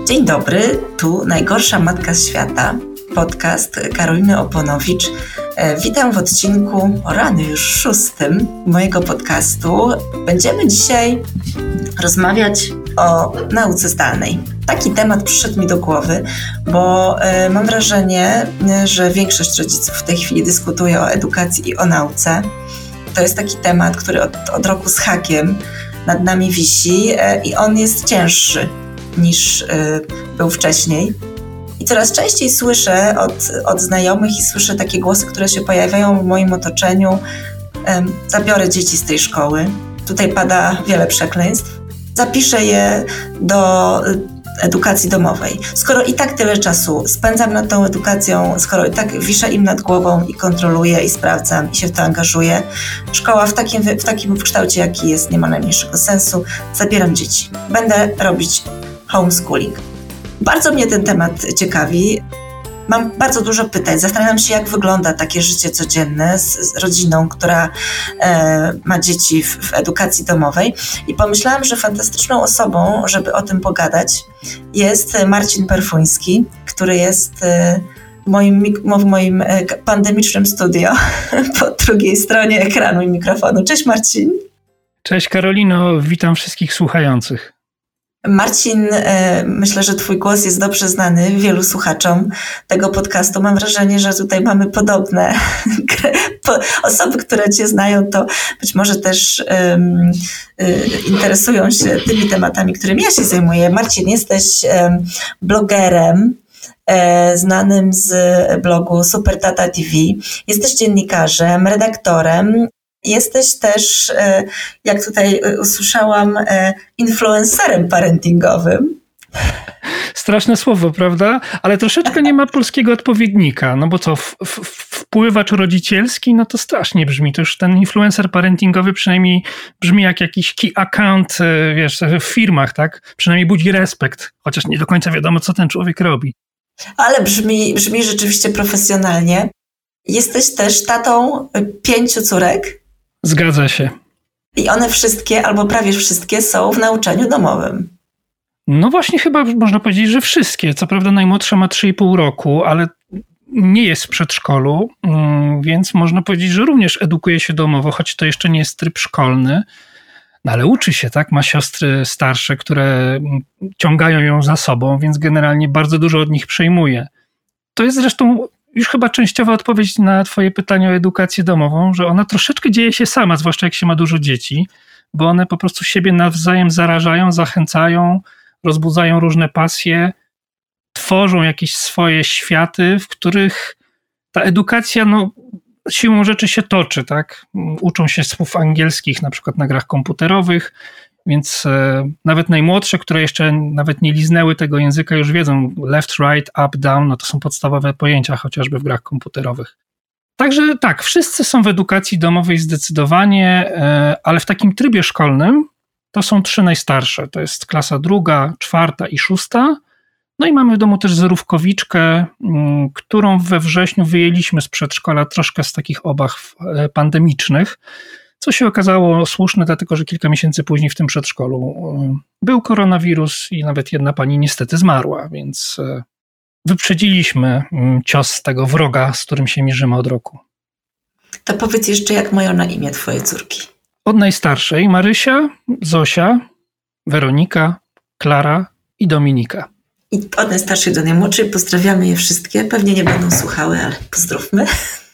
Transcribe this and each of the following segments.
Dzień dobry, tu Najgorsza Matka Świata, podcast Karoliny Oponowicz. Witam w odcinku, już 6 mojego podcastu. Będziemy dzisiaj rozmawiać o nauce zdalnej. Taki temat przyszedł mi do głowy, bo mam wrażenie, że większość rodziców w tej chwili dyskutuje o edukacji i o nauce. To jest taki temat, który od roku z hakiem nad nami wisi i on jest cięższy niż był wcześniej. I coraz częściej słyszę od znajomych i słyszę takie głosy, które się pojawiają w moim otoczeniu. Zabiorę dzieci z tej szkoły. Tutaj pada wiele przekleństw. Zapiszę je do edukacji domowej. Skoro i tak tyle czasu spędzam nad tą edukacją, skoro i tak wiszę im nad głową i kontroluję i sprawdzam i się w to angażuję, szkoła w takim kształcie, jaki jest, nie ma najmniejszego sensu. Zabieram dzieci. Będę robić homeschooling. Bardzo mnie ten temat ciekawi. Mam bardzo dużo pytań. Zastanawiam się, jak wygląda takie życie codzienne z rodziną, która ma dzieci w edukacji domowej. I pomyślałam, że fantastyczną osobą, żeby o tym pogadać, jest Marcin Perfuński, który jest w moim pandemicznym studio po drugiej stronie ekranu i mikrofonu. Cześć Marcin. Cześć Karolino, witam wszystkich słuchających. Marcin, myślę, że twój głos jest dobrze znany wielu słuchaczom tego podcastu. Mam wrażenie, że tutaj mamy podobne osoby, które cię znają, to być może też interesują się tymi tematami, którymi ja się zajmuję. Marcin, jesteś blogerem znanym z blogu Super Tata TV. Jesteś dziennikarzem, redaktorem. Jesteś też, jak tutaj usłyszałam, influencerem parentingowym. Straszne słowo, prawda? Ale troszeczkę nie ma polskiego odpowiednika. No bo co, wpływacz rodzicielski, no to strasznie brzmi. To już ten influencer parentingowy przynajmniej brzmi jak jakiś key account, wiesz, w firmach, tak? Przynajmniej budzi respekt, chociaż nie do końca wiadomo, co ten człowiek robi. Ale brzmi rzeczywiście profesjonalnie. Jesteś też tatą 5 córek. Zgadza się. I one wszystkie, albo prawie wszystkie są w nauczaniu domowym. No właśnie chyba można powiedzieć, że wszystkie. Co prawda najmłodsza ma 3,5 roku, ale nie jest w przedszkolu, więc można powiedzieć, że również edukuje się domowo, choć to jeszcze nie jest tryb szkolny. No ale uczy się, tak? Ma siostry starsze, które ciągają ją za sobą, więc generalnie bardzo dużo od nich przejmuje. To jest zresztą już chyba częściowa odpowiedź na twoje pytanie o edukację domową, że ona troszeczkę dzieje się sama, zwłaszcza jak się ma dużo dzieci, bo one po prostu siebie nawzajem zarażają, zachęcają, rozbudzają różne pasje, tworzą jakieś swoje światy, w których ta edukacja siłą rzeczy się toczy, tak? Uczą się słów angielskich na przykład na grach komputerowych, więc nawet najmłodsze, które jeszcze nawet nie liznęły tego języka, już wiedzą left, right, up, down, no to są podstawowe pojęcia chociażby w grach komputerowych. Także tak, wszyscy są w edukacji domowej zdecydowanie, ale w takim trybie szkolnym to są 3 najstarsze. To jest klasa 2, 4 i 6. No i mamy w domu też zerówkowiczkę, którą we wrześniu wyjęliśmy z przedszkola troszkę z takich obaw pandemicznych, co się okazało słuszne, dlatego że kilka miesięcy później w tym przedszkolu był koronawirus i nawet jedna pani niestety zmarła, więc wyprzedziliśmy cios tego wroga, z którym się mierzymy od roku. To powiedz jeszcze, jak mają na imię twoje córki? Od najstarszej Marysia, Zosia, Weronika, Klara i Dominika. I od najstarszej do najmłodszej pozdrawiamy je wszystkie. Pewnie nie będą słuchały, ale pozdrówmy.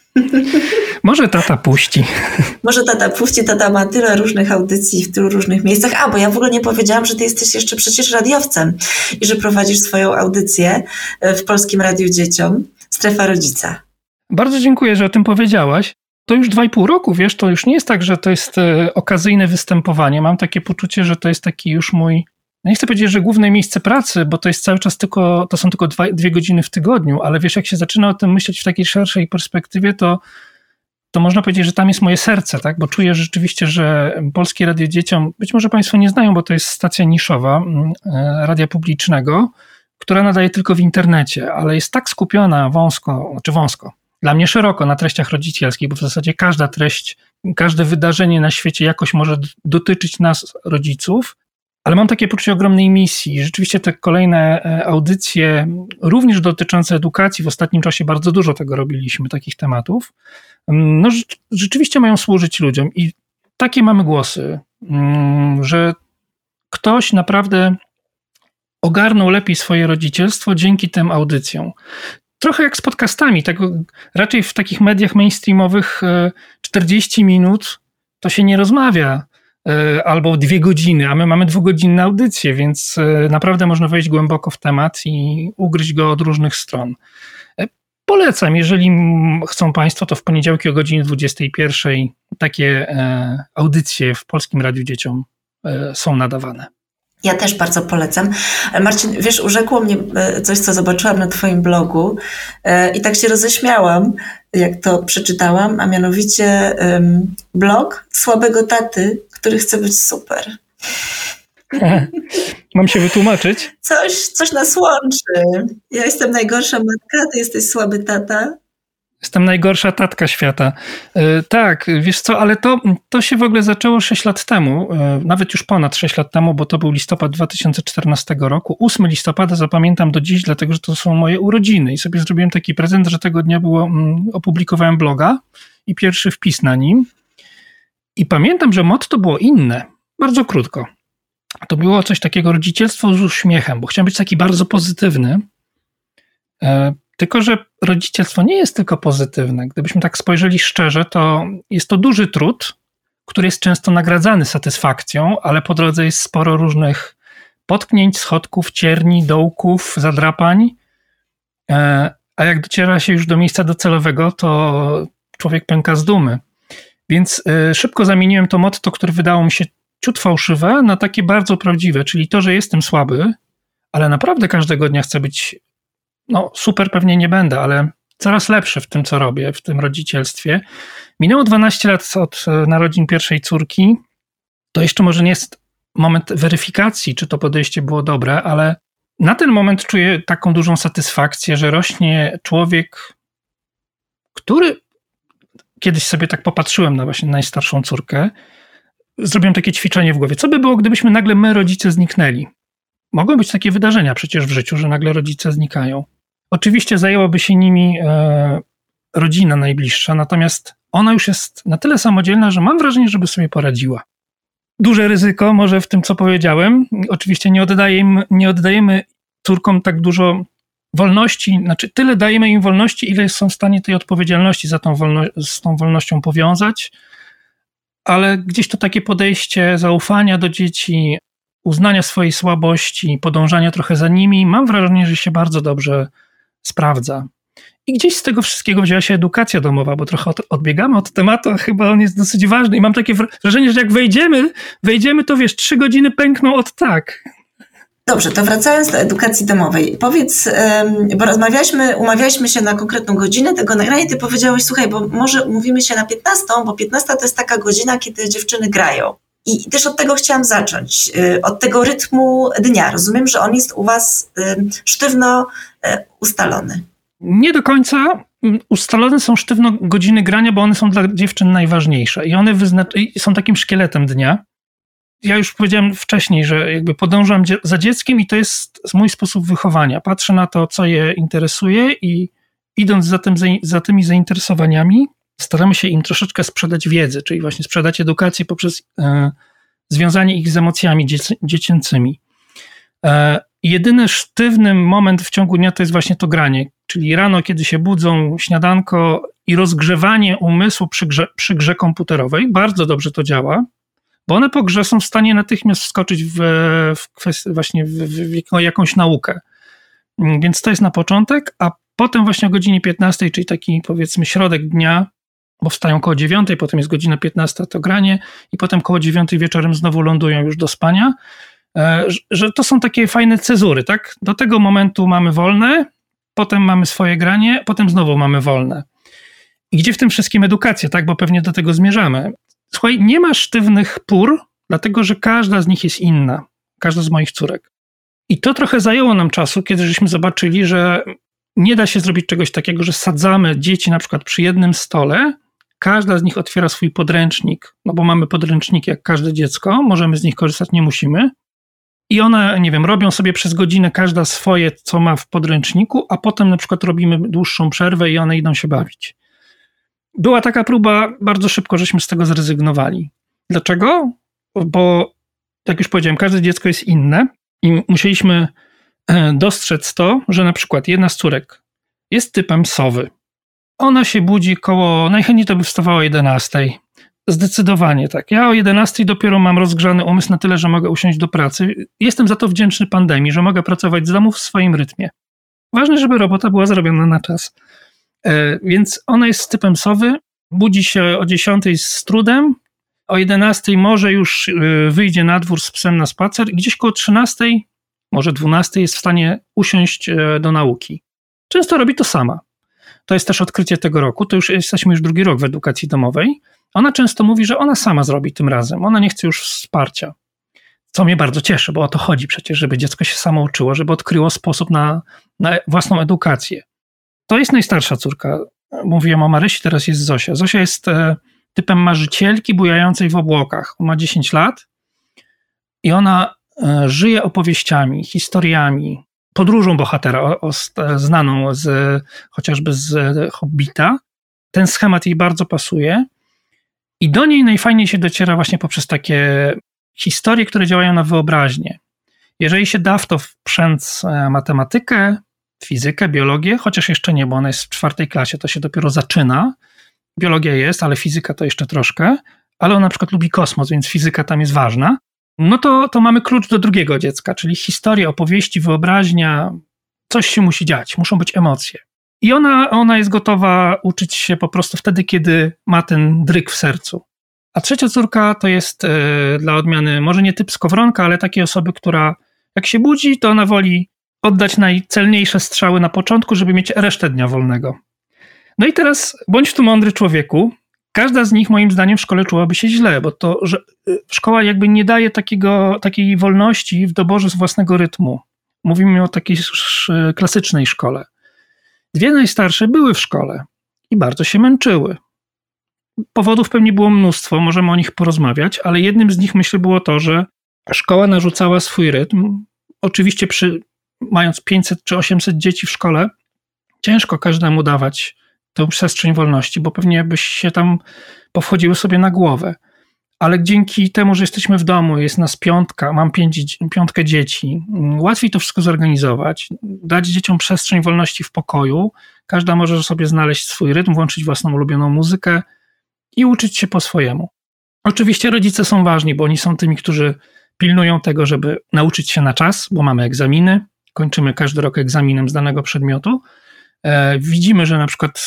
Może tata puści. Może tata puści, tata ma tyle różnych audycji w tylu różnych miejscach. Bo ja w ogóle nie powiedziałam, że ty jesteś jeszcze przecież radiowcem i że prowadzisz swoją audycję w Polskim Radiu Dzieciom, Strefa Rodzica. Bardzo dziękuję, że o tym powiedziałaś. To już 2,5 roku, wiesz, to już nie jest tak, że to jest okazyjne występowanie. Mam takie poczucie, że to jest taki już mój, nie chcę powiedzieć, że główne miejsce pracy, bo to jest cały czas to są tylko 2 godziny w tygodniu, ale wiesz, jak się zaczyna o tym myśleć w takiej szerszej perspektywie, to można powiedzieć, że tam jest moje serce, tak? Bo czuję rzeczywiście, że Polskie Radio Dzieciom, być może Państwo nie znają, bo to jest stacja niszowa radia publicznego, która nadaje tylko w internecie, ale jest tak skupiona wąsko, dla mnie szeroko na treściach rodzicielskich, bo w zasadzie każda treść, każde wydarzenie na świecie jakoś może dotyczyć nas, rodziców, ale mam takie poczucie ogromnej misji. Rzeczywiście te kolejne audycje, również dotyczące edukacji, w ostatnim czasie bardzo dużo tego robiliśmy, takich tematów, no rzeczywiście mają służyć ludziom i takie mamy głosy, że ktoś naprawdę ogarnął lepiej swoje rodzicielstwo dzięki tym audycjom. Trochę jak z podcastami, tego raczej w takich mediach mainstreamowych 40 minut to się nie rozmawia, albo 2 godziny, a my mamy 2-godzinne audycje, więc naprawdę można wejść głęboko w temat i ugryźć go od różnych stron. Polecam, jeżeli chcą Państwo, to w poniedziałki o godzinie 21 takie audycje w Polskim Radiu Dzieciom są nadawane. Ja też bardzo polecam. Marcin, wiesz, urzekło mnie coś, co zobaczyłam na twoim blogu i tak się roześmiałam, jak to przeczytałam, a mianowicie blog słabego taty, który chce być super. Mam się wytłumaczyć? Coś nas łączy. Ja jestem najgorsza matka, ty jesteś słaby tata. Jestem najgorsza tatka świata. Tak, wiesz co, ale to się w ogóle zaczęło 6 lat temu, nawet już ponad 6 lat temu, bo to był listopad 2014 roku. 8 listopada zapamiętam do dziś, dlatego że to są moje urodziny i sobie zrobiłem taki prezent, że tego dnia opublikowałem bloga i pierwszy wpis na nim. I pamiętam, że motto było inne, bardzo krótko. To było coś takiego rodzicielstwo z uśmiechem, bo chciałem być taki bardzo pozytywny. Tylko że rodzicielstwo nie jest tylko pozytywne. Gdybyśmy tak spojrzeli szczerze, to jest to duży trud, który jest często nagradzany satysfakcją, ale po drodze jest sporo różnych potknięć, schodków, cierni, dołków, zadrapań. A jak dociera się już do miejsca docelowego, to człowiek pęka z dumy. Więc szybko zamieniłem to motto, które wydało mi się ciut fałszywe, na takie bardzo prawdziwe, czyli to, że jestem słaby, ale naprawdę każdego dnia chcę być, super pewnie nie będę, ale coraz lepszy w tym, co robię, w tym rodzicielstwie. Minęło 12 lat od narodzin pierwszej córki. To jeszcze może nie jest moment weryfikacji, czy to podejście było dobre, ale na ten moment czuję taką dużą satysfakcję, że rośnie człowiek, który kiedyś sobie tak popatrzyłem na właśnie najstarszą córkę, zrobiłem takie ćwiczenie w głowie. Co by było, gdybyśmy nagle my, rodzice, zniknęli? Mogą być takie wydarzenia przecież w życiu, że nagle rodzice znikają. Oczywiście zajęłaby się nimi rodzina najbliższa, natomiast ona już jest na tyle samodzielna, że mam wrażenie, żeby sobie poradziła. Duże ryzyko może w tym, co powiedziałem. Oczywiście nie oddajemy córkom tak dużo wolności, znaczy tyle dajemy im wolności, ile są w stanie tej odpowiedzialności z tą wolnością powiązać, ale gdzieś to takie podejście zaufania do dzieci, uznania swojej słabości, podążania trochę za nimi, mam wrażenie, że się bardzo dobrze sprawdza. I gdzieś z tego wszystkiego wzięła się edukacja domowa, bo trochę odbiegamy od tematu, a chyba on jest dosyć ważny i mam takie wrażenie, że jak wejdziemy, to 3 godziny pękną od tak. Dobrze, to wracając do edukacji domowej. Powiedz, bo umawialiśmy się na konkretną godzinę tego nagrania, ty powiedziałeś, słuchaj, bo może umówimy się na 15, bo 15 to jest taka godzina, kiedy dziewczyny grają. I też od tego chciałam zacząć, od tego rytmu dnia. Rozumiem, że on jest u was sztywno ustalony. Nie do końca. Ustalone są sztywno godziny grania, bo one są dla dziewczyn najważniejsze i one są takim szkieletem dnia. Ja już powiedziałem wcześniej, że jakby podążam za dzieckiem i to jest mój sposób wychowania. Patrzę na to, co je interesuje i idąc za tymi zainteresowaniami, staramy się im troszeczkę sprzedać wiedzę, czyli właśnie sprzedać edukację poprzez związanie ich z emocjami dziecięcymi. Jedyny sztywny moment w ciągu dnia to jest właśnie to granie, czyli rano, kiedy się budzą, śniadanko i rozgrzewanie umysłu przy grze komputerowej. Bardzo dobrze to działa, bo one po grze są w stanie natychmiast wskoczyć w jakąś naukę. Więc to jest na początek, a potem właśnie o godzinie 15, czyli taki powiedzmy środek dnia, bo wstają koło 9, potem jest godzina 15 to granie i potem koło 9 wieczorem znowu lądują już do spania, że to są takie fajne cezury, tak? Do tego momentu mamy wolne, potem mamy swoje granie, potem znowu mamy wolne. I gdzie w tym wszystkim edukacja, tak? Bo pewnie do tego zmierzamy. Słuchaj, nie ma sztywnych pór, dlatego że każda z nich jest inna. Każda z moich córek. I to trochę zajęło nam czasu, kiedy żeśmy zobaczyli, że nie da się zrobić czegoś takiego, że sadzamy dzieci na przykład przy jednym stole, każda z nich otwiera swój podręcznik, no bo mamy podręczniki jak każde dziecko, możemy z nich korzystać, nie musimy. I one, nie wiem, robią sobie przez godzinę każda swoje, co ma w podręczniku, a potem na przykład robimy dłuższą przerwę i one idą się bawić. Była taka próba, bardzo szybko żeśmy z tego zrezygnowali. Dlaczego? Bo, jak już powiedziałem, każde dziecko jest inne i musieliśmy dostrzec to, że na przykład jedna z córek jest typem sowy. Ona się budzi najchętniej to by wstawała o 11:00. Zdecydowanie tak. Ja o 11:00 dopiero mam rozgrzany umysł na tyle, że mogę usiąść do pracy. Jestem za to wdzięczny pandemii, że mogę pracować z domu w swoim rytmie. Ważne, żeby robota była zrobiona na czas. Więc ona jest typem sowy, budzi się o 10:00 z trudem, o 11:00 może już wyjdzie na dwór z psem na spacer i gdzieś koło 13:00, może 12:00 jest w stanie usiąść do nauki. Często robi to sama. To jest też odkrycie tego roku, jesteśmy już drugi rok w edukacji domowej. Ona często mówi, że ona sama zrobi tym razem, ona nie chce już wsparcia. Co mnie bardzo cieszy, bo o to chodzi przecież, żeby dziecko się samo uczyło, żeby odkryło sposób na własną edukację. To jest najstarsza córka. Mówiłem o Marysi, teraz jest Zosia. Zosia jest typem marzycielki bujającej w obłokach. Ma 10 lat i ona żyje opowieściami, historiami, podróżą bohatera, znaną chociażby z Hobbita. Ten schemat jej bardzo pasuje i do niej najfajniej się dociera właśnie poprzez takie historie, które działają na wyobraźnię. Jeżeli się da w to wprzęc matematykę, fizykę, biologię, chociaż jeszcze nie, bo ona jest w 4. klasie, to się dopiero zaczyna. Biologia jest, ale fizyka to jeszcze troszkę, ale ona na przykład lubi kosmos, więc fizyka tam jest ważna. No to mamy klucz do drugiego dziecka, czyli historie, opowieści, wyobraźnia, coś się musi dziać, muszą być emocje. I ona jest gotowa uczyć się po prostu wtedy, kiedy ma ten dryg w sercu. A trzecia córka to jest dla odmiany, może nie typ skowronka, ale takiej osoby, która jak się budzi, to ona woli oddać najcelniejsze strzały na początku, żeby mieć resztę dnia wolnego. No i teraz bądź tu mądry człowieku. Każda z nich moim zdaniem w szkole czułaby się źle, bo to, że szkoła jakby nie daje takiej wolności w doborze z własnego rytmu. Mówimy o takiej klasycznej szkole. Dwie najstarsze były w szkole i bardzo się męczyły. Powodów pewnie było mnóstwo, możemy o nich porozmawiać, ale jednym z nich myślę było to, że szkoła narzucała swój rytm. Oczywiście mając 500 czy 800 dzieci w szkole, ciężko każdemu dawać tę przestrzeń wolności, bo pewnie byś się tam powchodziły sobie na głowę. Ale dzięki temu, że jesteśmy w domu, jest nas piątka, mam piątkę dzieci, łatwiej to wszystko zorganizować, dać dzieciom przestrzeń wolności w pokoju, każda może sobie znaleźć swój rytm, włączyć własną ulubioną muzykę i uczyć się po swojemu. Oczywiście rodzice są ważni, bo oni są tymi, którzy pilnują tego, żeby nauczyć się na czas, bo mamy egzaminy, kończymy każdy rok egzaminem z danego przedmiotu. Widzimy, że na przykład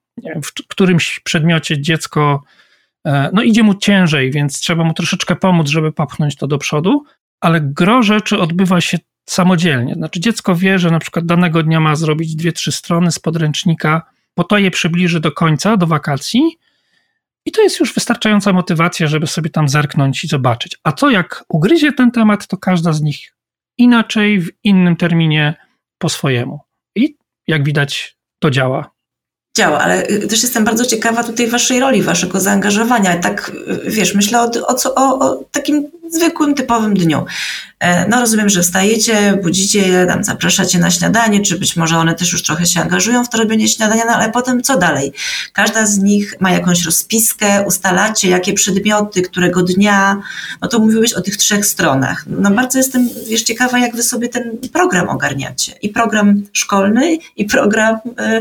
w którymś przedmiocie dziecko idzie mu ciężej, więc trzeba mu troszeczkę pomóc, żeby popchnąć to do przodu, ale gro rzeczy odbywa się samodzielnie. Znaczy dziecko wie, że na przykład danego dnia ma zrobić 2-3 strony z podręcznika, bo to je przybliży do końca, do wakacji i to jest już wystarczająca motywacja, żeby sobie tam zerknąć i zobaczyć. A co jak ugryzie ten temat, to każda z nich inaczej, w innym terminie, po swojemu. I jak widać, to działa. Działa, ale też jestem bardzo ciekawa tutaj waszej roli, waszego zaangażowania. Tak, wiesz, myślę o takim zwykłym, typowym dniu. No rozumiem, że wstajecie, budzicie je, tam zapraszacie na śniadanie, czy być może one też już trochę się angażują w to robienie śniadania, no ale potem co dalej? Każda z nich ma jakąś rozpiskę, ustalacie, jakie przedmioty, którego dnia, no to mówiłeś o tych 3 stronach. No bardzo jestem, wiesz, ciekawa, jak wy sobie ten program ogarniacie. I program szkolny, i program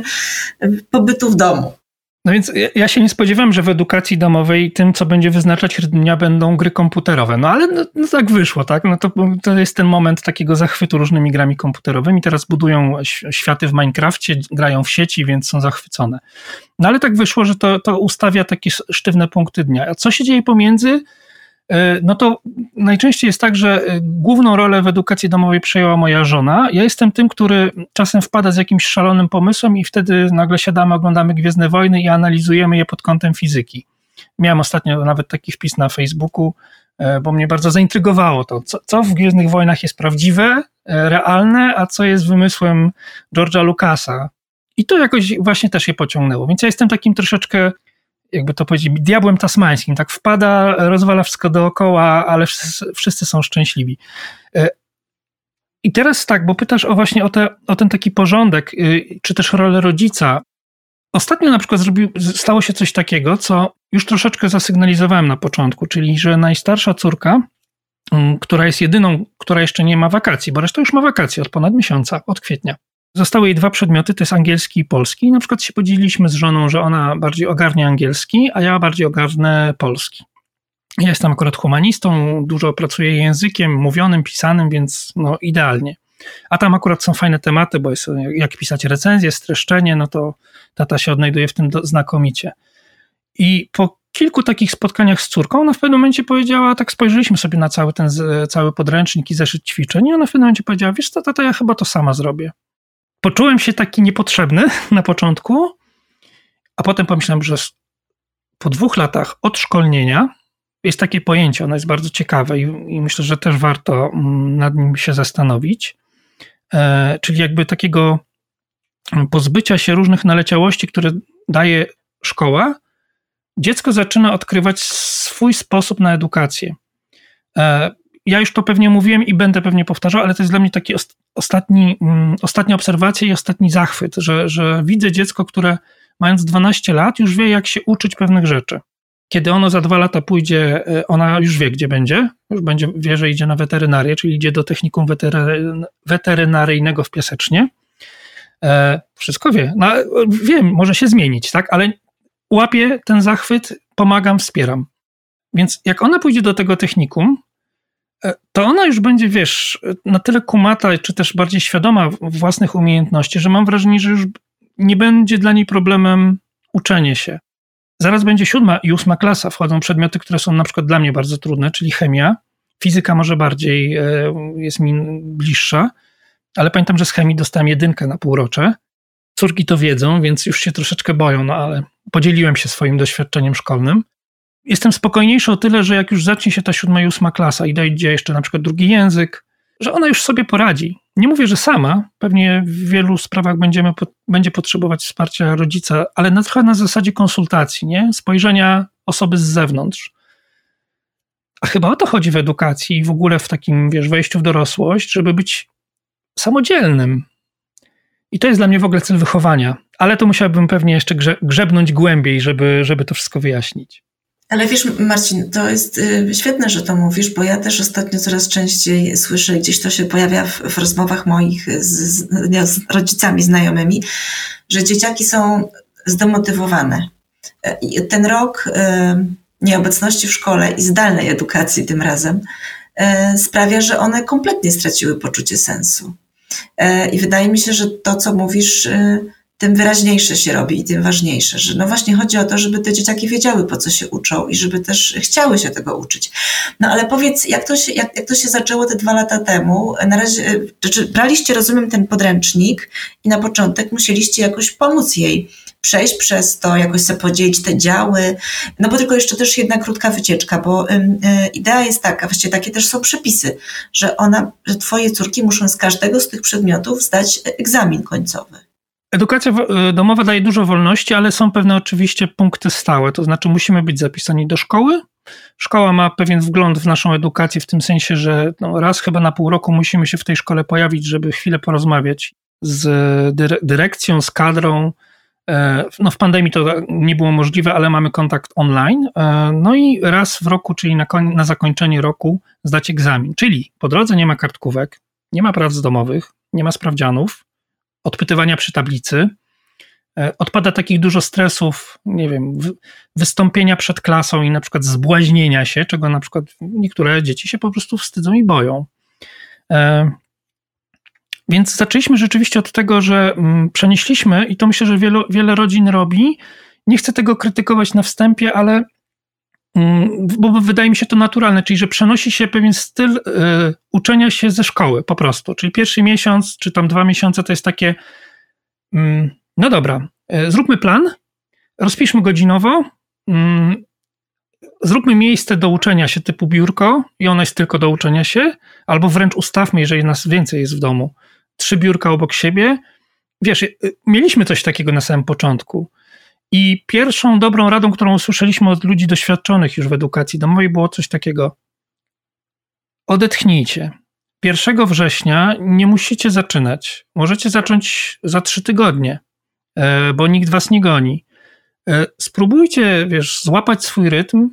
pobytu w domu. No więc ja się nie spodziewałem, że w edukacji domowej tym, co będzie wyznaczać rytm dnia, będą gry komputerowe. No ale no tak wyszło, tak? No to jest ten moment takiego zachwytu różnymi grami komputerowymi. Teraz budują światy w Minecrafcie, grają w sieci, więc są zachwycone. No ale tak wyszło, że to ustawia takie sztywne punkty dnia. A co się dzieje pomiędzy? No to najczęściej jest tak, że główną rolę w edukacji domowej przejęła moja żona. Ja jestem tym, który czasem wpada z jakimś szalonym pomysłem i wtedy nagle siadamy, oglądamy Gwiezdne Wojny i analizujemy je pod kątem fizyki. Miałem ostatnio nawet taki wpis na Facebooku, bo mnie bardzo zaintrygowało to, co w Gwiezdnych Wojnach jest prawdziwe, realne, a co jest wymysłem George'a Lucasa. I to jakoś właśnie też je pociągnęło. Więc ja jestem takim troszeczkę, jakby to powiedzieć, diabłem tasmańskim, tak wpada, rozwala wszystko dookoła, ale wszyscy są szczęśliwi. I teraz tak, bo pytasz właśnie o ten taki porządek, czy też rolę rodzica. Ostatnio na przykład stało się coś takiego, co już troszeczkę zasygnalizowałem na początku, czyli że najstarsza córka, która jest jedyną, która jeszcze nie ma wakacji, bo reszta już ma wakacje od ponad miesiąca, od kwietnia. Zostały jej 2 przedmioty, to jest angielski i polski. I na przykład się podzieliliśmy z żoną, że ona bardziej ogarnia angielski, a ja bardziej ogarnę polski. Ja jestem akurat humanistą, dużo pracuję językiem mówionym, pisanym, więc no idealnie. A tam akurat są fajne tematy, bo jest jak pisać recenzję, streszczenie, no to tata się odnajduje w tym znakomicie. I po kilku takich spotkaniach z córką ona w pewnym momencie powiedziała, tak spojrzeliśmy sobie na cały podręcznik i zeszyt ćwiczeń i ona w pewnym momencie powiedziała, wiesz co, tata, ja chyba to sama zrobię. Poczułem się taki niepotrzebny na początku, a potem pomyślałem, że po 2 latach odszkolnienia jest takie pojęcie, ono jest bardzo ciekawe i myślę, że też warto nad nim się zastanowić, czyli jakby takiego pozbycia się różnych naleciałości, które daje szkoła, dziecko zaczyna odkrywać swój sposób na edukację. Ja już to pewnie mówiłem i będę pewnie powtarzał, ale to jest dla mnie taki ostatnia obserwacja i ostatni zachwyt, że widzę dziecko, które mając 12 lat już wie, jak się uczyć pewnych rzeczy. Kiedy ono za 2 lata pójdzie, ona już wie, gdzie będzie. Już wie, że idzie na weterynarię, czyli idzie do technikum weterynaryjnego w Piasecznie. Wszystko wie. No, wiem, może się zmienić, tak? Ale łapię ten zachwyt, pomagam, wspieram. Więc jak ona pójdzie do tego technikum, to ona już będzie, wiesz, na tyle kumata, czy też bardziej świadoma własnych umiejętności, że mam wrażenie, że już nie będzie dla niej problemem uczenie się. Zaraz będzie 7. i 8. klasa, wchodzą przedmioty, które są na przykład dla mnie bardzo trudne, czyli chemia. Fizyka może bardziej jest mi bliższa, ale pamiętam, że z chemii dostałem 1 na półrocze. Córki to wiedzą, więc już się troszeczkę boją, no ale podzieliłem się swoim doświadczeniem szkolnym. Jestem spokojniejszy o tyle, że jak już zacznie się ta 7. i 8. klasa i dojdzie jeszcze na przykład drugi język, że ona już sobie poradzi. Nie mówię, że sama, pewnie w wielu sprawach będzie potrzebować wsparcia rodzica, ale trochę na zasadzie konsultacji, nie? Spojrzenia osoby z zewnątrz. A chyba o to chodzi w edukacji i w ogóle w takim, wiesz, wejściu w dorosłość, żeby być samodzielnym. I to jest dla mnie w ogóle cel wychowania. Ale to musiałbym pewnie jeszcze grzebnąć głębiej, żeby to wszystko wyjaśnić. Ale wiesz, Marcin, to jest świetne, że to mówisz, bo ja też ostatnio coraz częściej słyszę, gdzieś to się pojawia w rozmowach moich z rodzicami, znajomymi, że dzieciaki są zdemotywowane. I ten rok nieobecności w szkole i zdalnej edukacji tym razem sprawia, że one kompletnie straciły poczucie sensu. I wydaje mi się, że to, co mówisz, tym wyraźniejsze się robi i tym ważniejsze, że no właśnie chodzi o to, żeby te dzieciaki wiedziały, po co się uczą i żeby też chciały się tego uczyć. No ale powiedz, jak to się zaczęło te 2 lata temu? Na razie, czy braliście, rozumiem, ten podręcznik i na początek musieliście jakoś pomóc jej przejść przez to, jakoś sobie podzielić te działy, no bo tylko jeszcze też jedna krótka wycieczka, bo idea jest taka, właściwie takie też są przepisy, że twoje córki muszą z każdego z tych przedmiotów zdać egzamin końcowy. Edukacja domowa daje dużo wolności, ale są pewne oczywiście punkty stałe, to znaczy musimy być zapisani do szkoły. Szkoła ma pewien wgląd w naszą edukację w tym sensie, że raz chyba na pół roku musimy się w tej szkole pojawić, żeby chwilę porozmawiać z dyrekcją, z kadrą. No w pandemii to nie było możliwe, ale mamy kontakt online. No i raz w roku, czyli na zakończenie roku zdać egzamin. Czyli po drodze nie ma kartkówek, nie ma prac domowych, nie ma sprawdzianów, odpytywania przy tablicy. Odpada takich dużo stresów, nie wiem, wystąpienia przed klasą i na przykład zbłaźnienia się, czego na przykład niektóre dzieci się po prostu wstydzą i boją. Więc zaczęliśmy rzeczywiście od tego, że przenieśliśmy, i to myślę, że wiele rodzin robi, nie chcę tego krytykować na wstępie, ale bo wydaje mi się to naturalne, czyli że przenosi się pewien styl uczenia się ze szkoły po prostu, czyli pierwszy miesiąc, czy tam 2 miesiące to jest takie, no dobra, zróbmy plan, rozpiszmy godzinowo, zróbmy miejsce do uczenia się typu biurko i ono jest tylko do uczenia się, albo wręcz ustawmy, jeżeli nas więcej jest w domu, 3 biurka obok siebie. Wiesz, mieliśmy coś takiego na samym początku. I pierwszą dobrą radą, którą usłyszeliśmy od ludzi doświadczonych już w edukacji domowej, było coś takiego. Odetchnijcie. 1 września nie musicie zaczynać. Możecie zacząć za 3 tygodnie, bo nikt was nie goni. Spróbujcie, złapać swój rytm,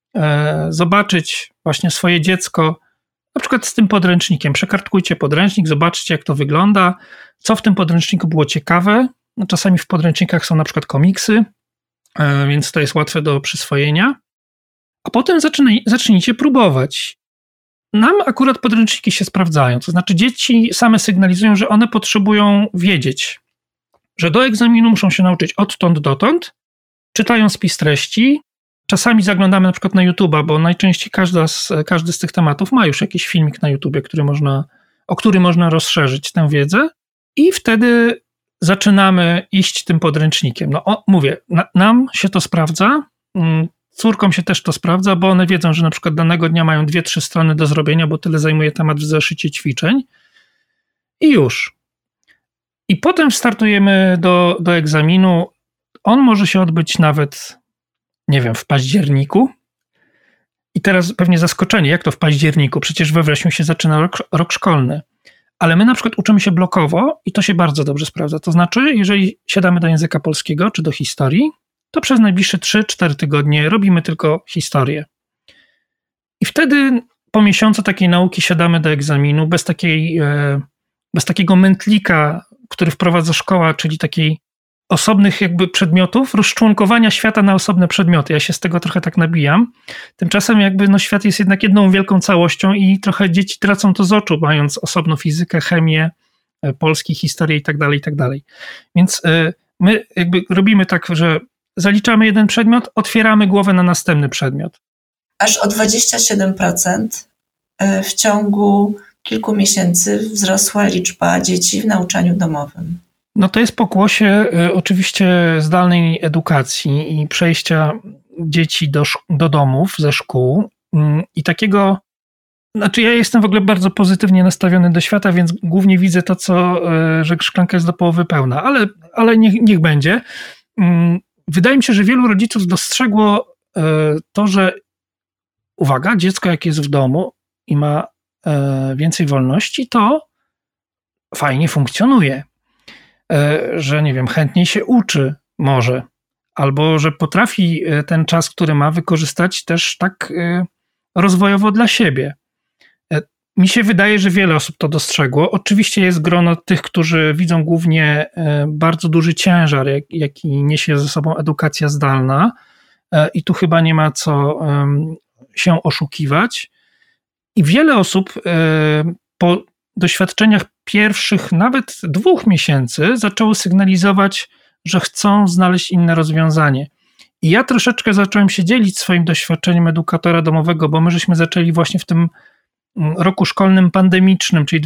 zobaczyć właśnie swoje dziecko, na przykład z tym podręcznikiem. Przekartkujcie podręcznik, zobaczcie, jak to wygląda, co w tym podręczniku było ciekawe. No, czasami w podręcznikach są na przykład komiksy, więc to jest łatwe do przyswojenia. A potem zacznijcie próbować. Nam akurat podręczniki się sprawdzają, to znaczy dzieci same sygnalizują, że one potrzebują wiedzieć, że do egzaminu muszą się nauczyć odtąd dotąd, czytają spis treści, czasami zaglądamy na przykład na YouTube'a, bo najczęściej każdy z tych tematów ma już jakiś filmik na YouTubie, o który można rozszerzyć tę wiedzę i wtedy zaczynamy iść tym podręcznikiem. No mówię, nam się to sprawdza, córkom się też to sprawdza, bo one wiedzą, że na przykład danego dnia mają 2-3 strony do zrobienia, bo tyle zajmuje temat w zeszycie ćwiczeń i już. I potem startujemy do egzaminu. On może się odbyć nawet, nie wiem, w październiku. I teraz pewnie zaskoczenie, jak to w październiku? Przecież we wrześniu się zaczyna rok szkolny. Ale my na przykład uczymy się blokowo i to się bardzo dobrze sprawdza. To znaczy, jeżeli siadamy do języka polskiego czy do historii, to przez najbliższe 3-4 tygodnie robimy tylko historię. I wtedy po miesiącu takiej nauki siadamy do egzaminu bez takiego mętlika, który wprowadza szkoła, czyli takiej osobnych jakby przedmiotów, rozczłonkowania świata na osobne przedmioty. Ja się z tego trochę tak nabijam. Tymczasem świat jest jednak jedną wielką całością i trochę dzieci tracą to z oczu, mając osobno fizykę, chemię, polski, historię i tak dalej. Więc my robimy tak, że zaliczamy jeden przedmiot, otwieramy głowę na następny przedmiot. Aż o 27% w ciągu kilku miesięcy wzrosła liczba dzieci w nauczaniu domowym. No to jest pokłosie oczywiście zdalnej edukacji i przejścia dzieci do domów ze szkół i takiego, znaczy ja jestem w ogóle bardzo pozytywnie nastawiony do świata, więc głównie widzę to, że szklanka jest do połowy pełna, ale niech będzie. Wydaje mi się, że wielu rodziców dostrzegło to, że uwaga, dziecko jak jest w domu i ma więcej wolności, to fajnie funkcjonuje. Że nie wiem, chętniej się uczy może, albo że potrafi ten czas, który ma, wykorzystać też tak rozwojowo dla siebie. Mi się wydaje, że wiele osób to dostrzegło. Oczywiście jest grono tych, którzy widzą głównie bardzo duży ciężar, jaki niesie ze sobą edukacja zdalna i tu chyba nie ma co się oszukiwać. I wiele osób po doświadczeniach pierwszych nawet 2 miesięcy zaczęło sygnalizować, że chcą znaleźć inne rozwiązanie. I ja troszeczkę zacząłem się dzielić swoim doświadczeniem edukatora domowego, bo my żeśmy zaczęli właśnie w tym roku szkolnym pandemicznym, czyli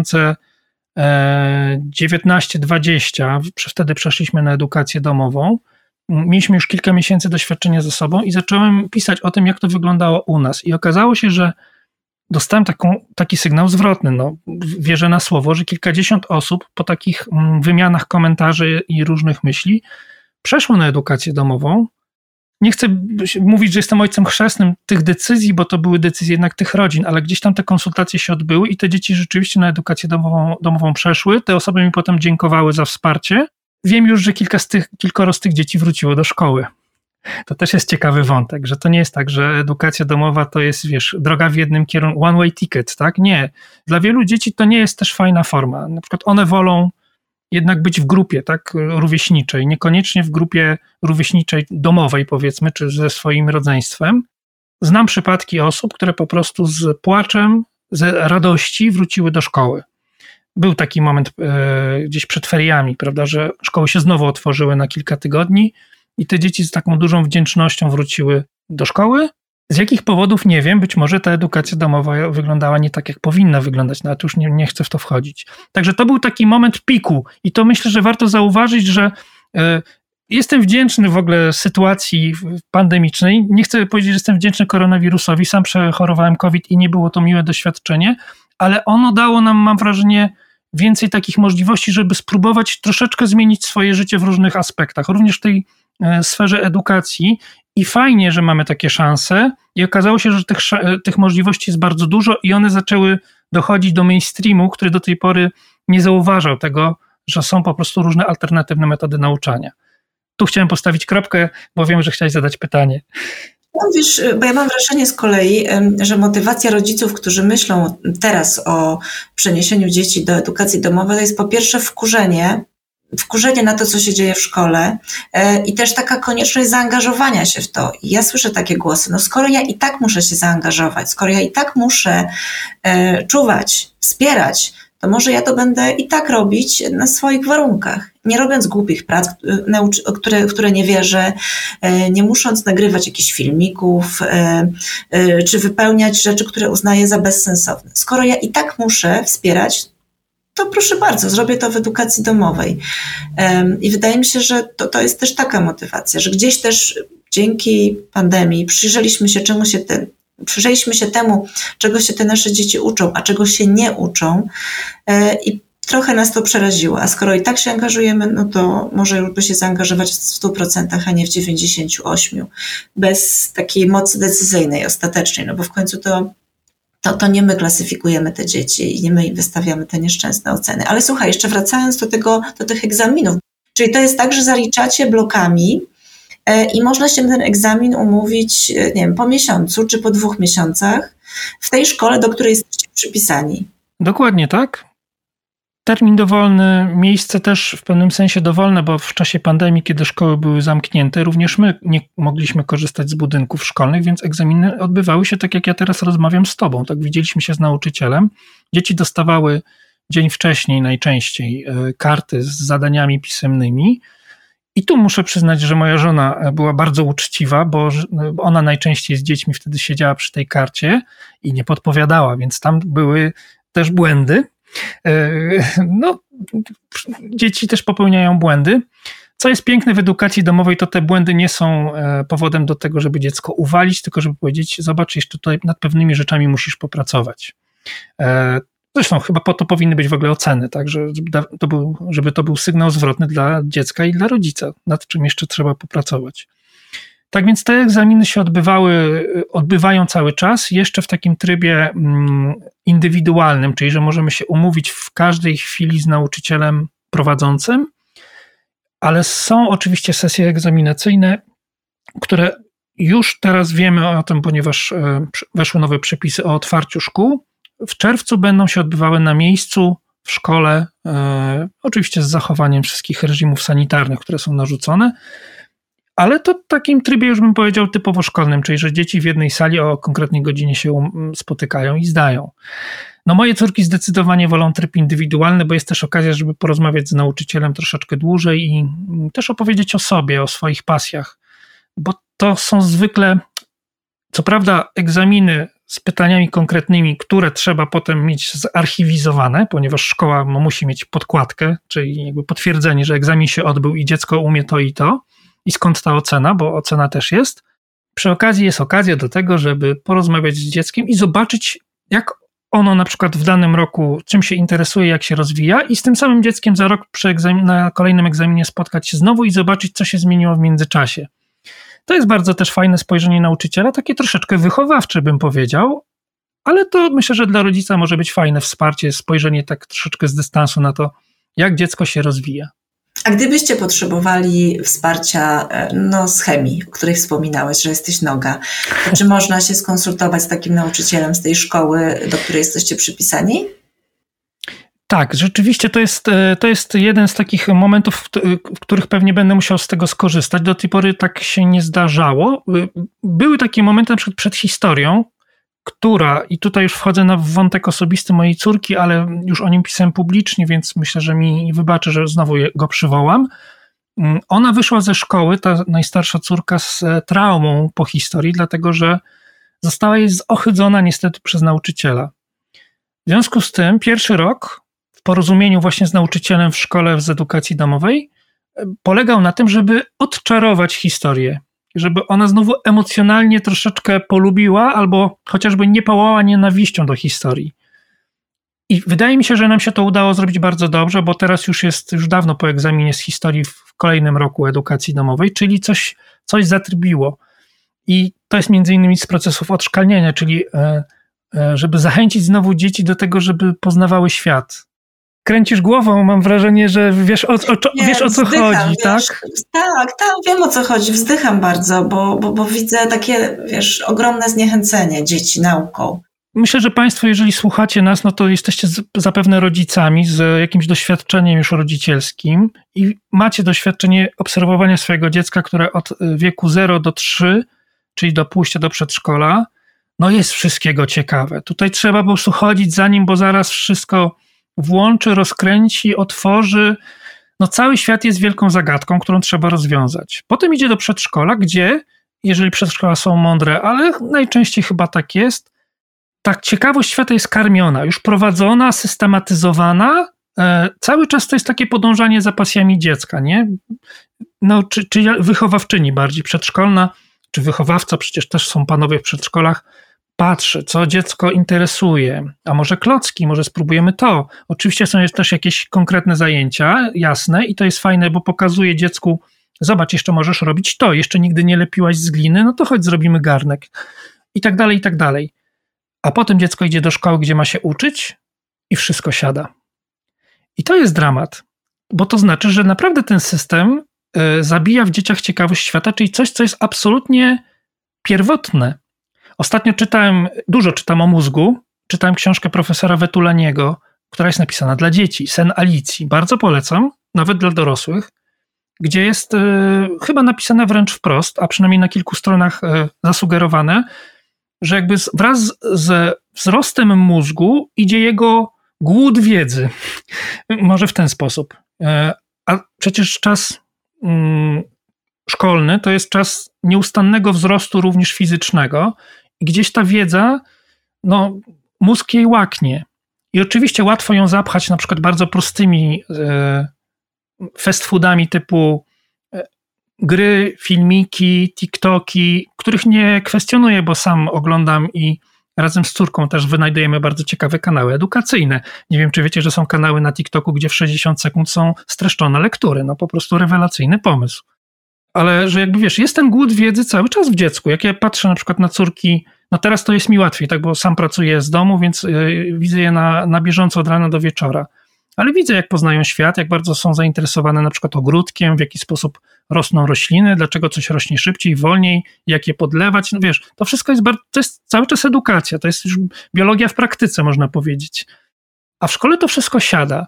2019-2020, wtedy przeszliśmy na edukację domową. Mieliśmy już kilka miesięcy doświadczenia ze sobą i zacząłem pisać o tym, jak to wyglądało u nas. I okazało się, że dostałem taki sygnał zwrotny. No, wierzę na słowo, że kilkadziesiąt osób po takich wymianach komentarzy i różnych myśli przeszło na edukację domową. Nie chcę mówić, że jestem ojcem chrzestnym tych decyzji, bo to były decyzje jednak tych rodzin, ale gdzieś tam te konsultacje się odbyły i te dzieci rzeczywiście na edukację domową przeszły. Te osoby mi potem dziękowały za wsparcie. Wiem już, że kilkoro z tych dzieci wróciło do szkoły. To też jest ciekawy wątek, że to nie jest tak, że edukacja domowa to jest, droga w jednym kierunku, one way ticket, tak? Nie. Dla wielu dzieci to nie jest też fajna forma. Na przykład one wolą jednak być w grupie, tak, rówieśniczej, niekoniecznie w grupie rówieśniczej domowej, powiedzmy, czy ze swoim rodzeństwem. Znam przypadki osób, które po prostu z płaczem, z radości wróciły do szkoły. Był taki moment gdzieś przed feriami, prawda, że szkoły się znowu otworzyły na kilka tygodni i te dzieci z taką dużą wdzięcznością wróciły do szkoły. Z jakich powodów nie wiem, być może ta edukacja domowa wyglądała nie tak, jak powinna wyglądać, no ale już nie chcę w to wchodzić. Także to był taki moment piku i to myślę, że warto zauważyć, że jestem wdzięczny w ogóle sytuacji pandemicznej. Nie chcę powiedzieć, że jestem wdzięczny koronawirusowi, sam przechorowałem COVID i nie było to miłe doświadczenie, ale ono dało nam, mam wrażenie, więcej takich możliwości, żeby spróbować troszeczkę zmienić swoje życie w różnych aspektach, również w tej sferze edukacji i fajnie, że mamy takie szanse i okazało się, że tych możliwości jest bardzo dużo i one zaczęły dochodzi do mainstreamu, który do tej pory nie zauważał tego, że są po prostu różne alternatywne metody nauczania. Tu chciałem postawić kropkę, bo wiem, że chciałeś zadać pytanie. No wiesz, bo ja mam wrażenie z kolei, że motywacja rodziców, którzy myślą teraz o przeniesieniu dzieci do edukacji domowej, to jest po pierwsze wkurzenie na to, co się dzieje w szkole i też taka konieczność zaangażowania się w to. I ja słyszę takie głosy, no skoro ja i tak muszę się zaangażować, skoro ja i tak muszę czuwać, wspierać, to może ja to będę i tak robić na swoich warunkach, nie robiąc głupich prac, w które nie wierzę, nie musząc nagrywać jakichś filmików, czy wypełniać rzeczy, które uznaję za bezsensowne. Skoro ja i tak muszę wspierać, to proszę bardzo, zrobię to w edukacji domowej. I wydaje mi się, że to jest też taka motywacja, że gdzieś też dzięki pandemii przyjrzeliśmy się temu, czego się te nasze dzieci uczą, a czego się nie uczą i trochę nas to przeraziło. A skoro i tak się angażujemy, no to może już by się zaangażować w 100%, a nie w 98%, bez takiej mocy decyzyjnej, ostatecznej, no bo w końcu to nie my klasyfikujemy te dzieci i nie my im wystawiamy te nieszczęsne oceny. Ale słuchaj, jeszcze wracając do tych egzaminów, czyli to jest tak, że zaliczacie blokami i można się ten egzamin umówić, nie wiem, po miesiącu czy po 2 miesiącach w tej szkole, do której jesteście przypisani. Dokładnie tak. Termin dowolny, miejsce też w pewnym sensie dowolne, bo w czasie pandemii, kiedy szkoły były zamknięte, również my nie mogliśmy korzystać z budynków szkolnych, więc egzaminy odbywały się tak, jak ja teraz rozmawiam z tobą. Tak, widzieliśmy się z nauczycielem. Dzieci dostawały dzień wcześniej najczęściej karty z zadaniami pisemnymi. I tu muszę przyznać, że moja żona była bardzo uczciwa, bo ona najczęściej z dziećmi wtedy siedziała przy tej karcie i nie podpowiadała, więc tam były też błędy. No, dzieci też popełniają błędy. Co jest piękne w edukacji domowej, to te błędy nie są powodem do tego, żeby dziecko uwalić, tylko żeby powiedzieć, zobacz, jeszcze tutaj nad pewnymi rzeczami musisz popracować. Zresztą chyba po to powinny być w ogóle oceny, tak, żeby to był sygnał zwrotny dla dziecka i dla rodzica, nad czym jeszcze trzeba popracować. Tak więc te egzaminy się odbywają cały czas, jeszcze w takim trybie indywidualnym, czyli że możemy się umówić w każdej chwili z nauczycielem prowadzącym, ale są oczywiście sesje egzaminacyjne, które już teraz wiemy o tym, ponieważ weszły nowe przepisy o otwarciu szkół. W czerwcu będą się odbywały na miejscu, w szkole, oczywiście z zachowaniem wszystkich reżimów sanitarnych, które są narzucone, ale to w takim trybie już bym powiedział typowo szkolnym, czyli że dzieci w jednej sali o konkretnej godzinie się spotykają i zdają. No moje córki zdecydowanie wolą tryb indywidualny, bo jest też okazja, żeby porozmawiać z nauczycielem troszeczkę dłużej i też opowiedzieć o sobie, o swoich pasjach, bo to są zwykle, co prawda, egzaminy z pytaniami konkretnymi, które trzeba potem mieć zarchiwizowane, ponieważ szkoła musi mieć podkładkę, czyli jakby potwierdzenie, że egzamin się odbył i dziecko umie to i skąd ta ocena, bo ocena też jest. Przy okazji jest okazja do tego, żeby porozmawiać z dzieckiem i zobaczyć, jak ono na przykład w danym roku, czym się interesuje, jak się rozwija i z tym samym dzieckiem za rok na kolejnym egzaminie spotkać się znowu i zobaczyć, co się zmieniło w międzyczasie. To jest bardzo też fajne spojrzenie nauczyciela, takie troszeczkę wychowawcze bym powiedział, ale to myślę, że dla rodzica może być fajne wsparcie, spojrzenie tak troszeczkę z dystansu na to, jak dziecko się rozwija. A gdybyście potrzebowali wsparcia z chemii, o której wspominałeś, że jesteś noga, to czy można się skonsultować z takim nauczycielem z tej szkoły, do której jesteście przypisani? Tak, rzeczywiście to jest jeden z takich momentów, w których pewnie będę musiał z tego skorzystać. Do tej pory tak się nie zdarzało. Były takie momenty na przykład przed historią, i tutaj już wchodzę na wątek osobisty mojej córki, ale już o nim pisałem publicznie, więc myślę, że mi wybaczy, że znowu go przywołam. Ona wyszła ze szkoły, ta najstarsza córka, z traumą po historii, dlatego że została jej zohydzona niestety przez nauczyciela. W związku z tym pierwszy rok w porozumieniu właśnie z nauczycielem w szkole z edukacji domowej polegał na tym, żeby odczarować historię, żeby ona znowu emocjonalnie troszeczkę polubiła albo chociażby nie pałała nienawiścią do historii. I wydaje mi się, że nam się to udało zrobić bardzo dobrze, bo teraz już dawno po egzaminie z historii w kolejnym roku edukacji domowej, czyli coś zatrybiło. I to jest między innymi z procesów odszkalniania, czyli żeby zachęcić znowu dzieci do tego, żeby poznawały świat. Kręcisz głową, mam wrażenie, że wiesz o co chodzi, wiesz, tak? Tak, wiem o co chodzi, wzdycham bardzo, bo widzę takie, ogromne zniechęcenie dzieci nauką. Myślę, że Państwo, jeżeli słuchacie nas, no to jesteście zapewne rodzicami z jakimś doświadczeniem już rodzicielskim i macie doświadczenie obserwowania swojego dziecka, które od wieku 0 do 3, czyli do pójścia do przedszkola, no jest wszystkiego ciekawe. Tutaj trzeba po prostu chodzić za nim, bo zaraz wszystko włączy, rozkręci, otworzy. No cały świat jest wielką zagadką, którą trzeba rozwiązać. Potem idzie do przedszkola, gdzie, jeżeli przedszkola są mądre, ale najczęściej chyba tak jest, tak ciekawość świata jest karmiona, już prowadzona, systematyzowana. Cały czas to jest takie podążanie za pasjami dziecka, nie? No, czy wychowawczyni bardziej przedszkolna, czy wychowawca, przecież też są panowie w przedszkolach, patrzy, co dziecko interesuje, a może klocki, może spróbujemy to. Oczywiście są też jakieś konkretne zajęcia, jasne, i to jest fajne, bo pokazuje dziecku, zobacz, jeszcze możesz robić to, jeszcze nigdy nie lepiłaś z gliny, no to chodź zrobimy garnek. I tak dalej, i tak dalej. A potem dziecko idzie do szkoły, gdzie ma się uczyć i wszystko siada. I to jest dramat, bo to znaczy, że naprawdę ten system zabija w dzieciach ciekawość świata, czyli coś, co jest absolutnie pierwotne. Ostatnio dużo czytam o mózgu, czytałem książkę profesora Vetulaniego, która jest napisana dla dzieci, Sen Alicji. Bardzo polecam, nawet dla dorosłych, gdzie jest chyba napisane wręcz wprost, a przynajmniej na kilku stronach zasugerowane, że jakby wraz ze wzrostem mózgu idzie jego głód wiedzy. Może w ten sposób. A przecież czas szkolny to jest czas nieustannego wzrostu również fizycznego i gdzieś ta wiedza, no mózg jej łaknie. I oczywiście łatwo ją zapchać na przykład bardzo prostymi fast foodami typu gry, filmiki, TikToki, których nie kwestionuję, bo sam oglądam i razem z córką też wynajdujemy bardzo ciekawe kanały edukacyjne. Nie wiem, czy wiecie, że są kanały na TikToku, gdzie w 60 sekund są streszczone lektury. No po prostu rewelacyjny pomysł. Ale że jakby wiesz, jest ten głód wiedzy cały czas w dziecku. Jak ja patrzę na przykład na córki, no teraz to jest mi łatwiej, tak, bo sam pracuję z domu, więc widzę je na bieżąco od rana do wieczora. Ale widzę, jak poznają świat, jak bardzo są zainteresowane na przykład ogródkiem, w jaki sposób rosną rośliny, dlaczego coś rośnie szybciej, wolniej, jak je podlewać. No wiesz, to wszystko to jest cały czas edukacja, to jest już biologia w praktyce, można powiedzieć. A w szkole to wszystko siada.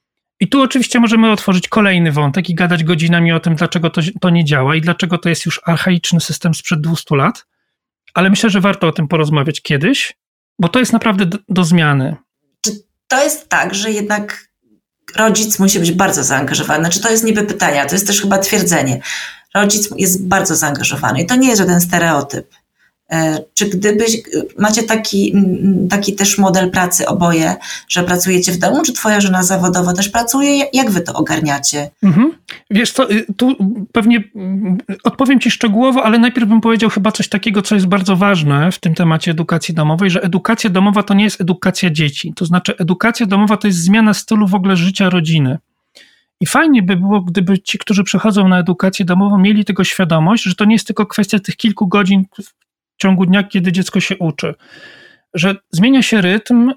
I tu oczywiście możemy otworzyć kolejny wątek i gadać godzinami o tym, dlaczego to nie działa i dlaczego to jest już archaiczny system sprzed 200 lat. Ale myślę, że warto o tym porozmawiać kiedyś, bo to jest naprawdę do zmiany. Czy to jest tak, że jednak rodzic musi być bardzo zaangażowany? Znaczy to jest niby pytanie, a to jest też chyba twierdzenie. Rodzic jest bardzo zaangażowany i to nie jest żaden stereotyp. Czy macie taki też model pracy oboje, że pracujecie w domu, czy twoja żona zawodowo też pracuje? Jak wy to ogarniacie? Wiesz co, tu pewnie odpowiem ci szczegółowo, ale najpierw bym powiedział chyba coś takiego, co jest bardzo ważne w tym temacie edukacji domowej, że edukacja domowa to nie jest edukacja dzieci. To znaczy edukacja domowa to jest zmiana stylu w ogóle życia rodziny. I fajnie by było, gdyby ci, którzy przychodzą na edukację domową, mieli tego świadomość, że to nie jest tylko kwestia tych kilku godzin w ciągu dnia, kiedy dziecko się uczy. Że zmienia się rytm,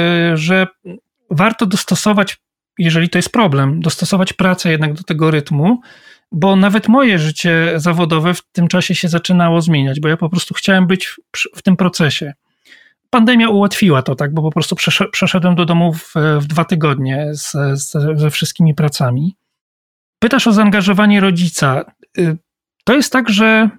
że warto dostosować, jeżeli to jest problem, dostosować pracę jednak do tego rytmu, bo nawet moje życie zawodowe w tym czasie się zaczynało zmieniać, bo ja po prostu chciałem być w tym procesie. Pandemia ułatwiła to, tak, bo po prostu przeszedłem do domu w 2 tygodnie ze wszystkimi pracami. Pytasz o zaangażowanie rodzica. To jest tak, że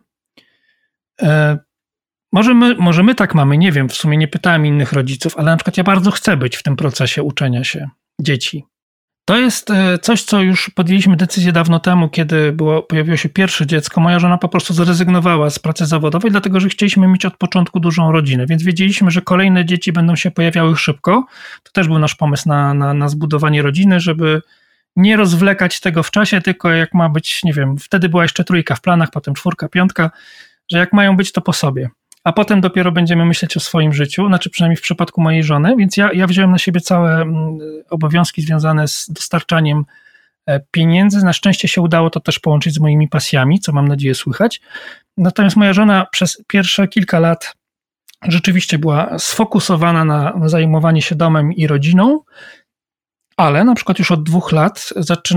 może my tak mamy, nie wiem, w sumie nie pytałem innych rodziców, ale na przykład ja bardzo chcę być w tym procesie uczenia się dzieci. To jest coś, co już podjęliśmy decyzję dawno temu, kiedy pojawiło się pierwsze dziecko. Moja żona po prostu zrezygnowała z pracy zawodowej, dlatego że chcieliśmy mieć od początku dużą rodzinę, więc wiedzieliśmy, że kolejne dzieci będą się pojawiały szybko. To też był nasz pomysł na zbudowanie rodziny, żeby nie rozwlekać tego w czasie, tylko jak ma być, nie wiem, wtedy była jeszcze 3 w planach, potem 4, 5, że jak mają być, to po sobie. A potem dopiero będziemy myśleć o swoim życiu, znaczy przynajmniej w przypadku mojej żony, więc ja wziąłem na siebie całe obowiązki związane z dostarczaniem pieniędzy. Na szczęście się udało to też połączyć z moimi pasjami, co mam nadzieję słychać. Natomiast moja żona przez pierwsze kilka lat rzeczywiście była sfokusowana na zajmowanie się domem i rodziną, ale na przykład już od 2 lat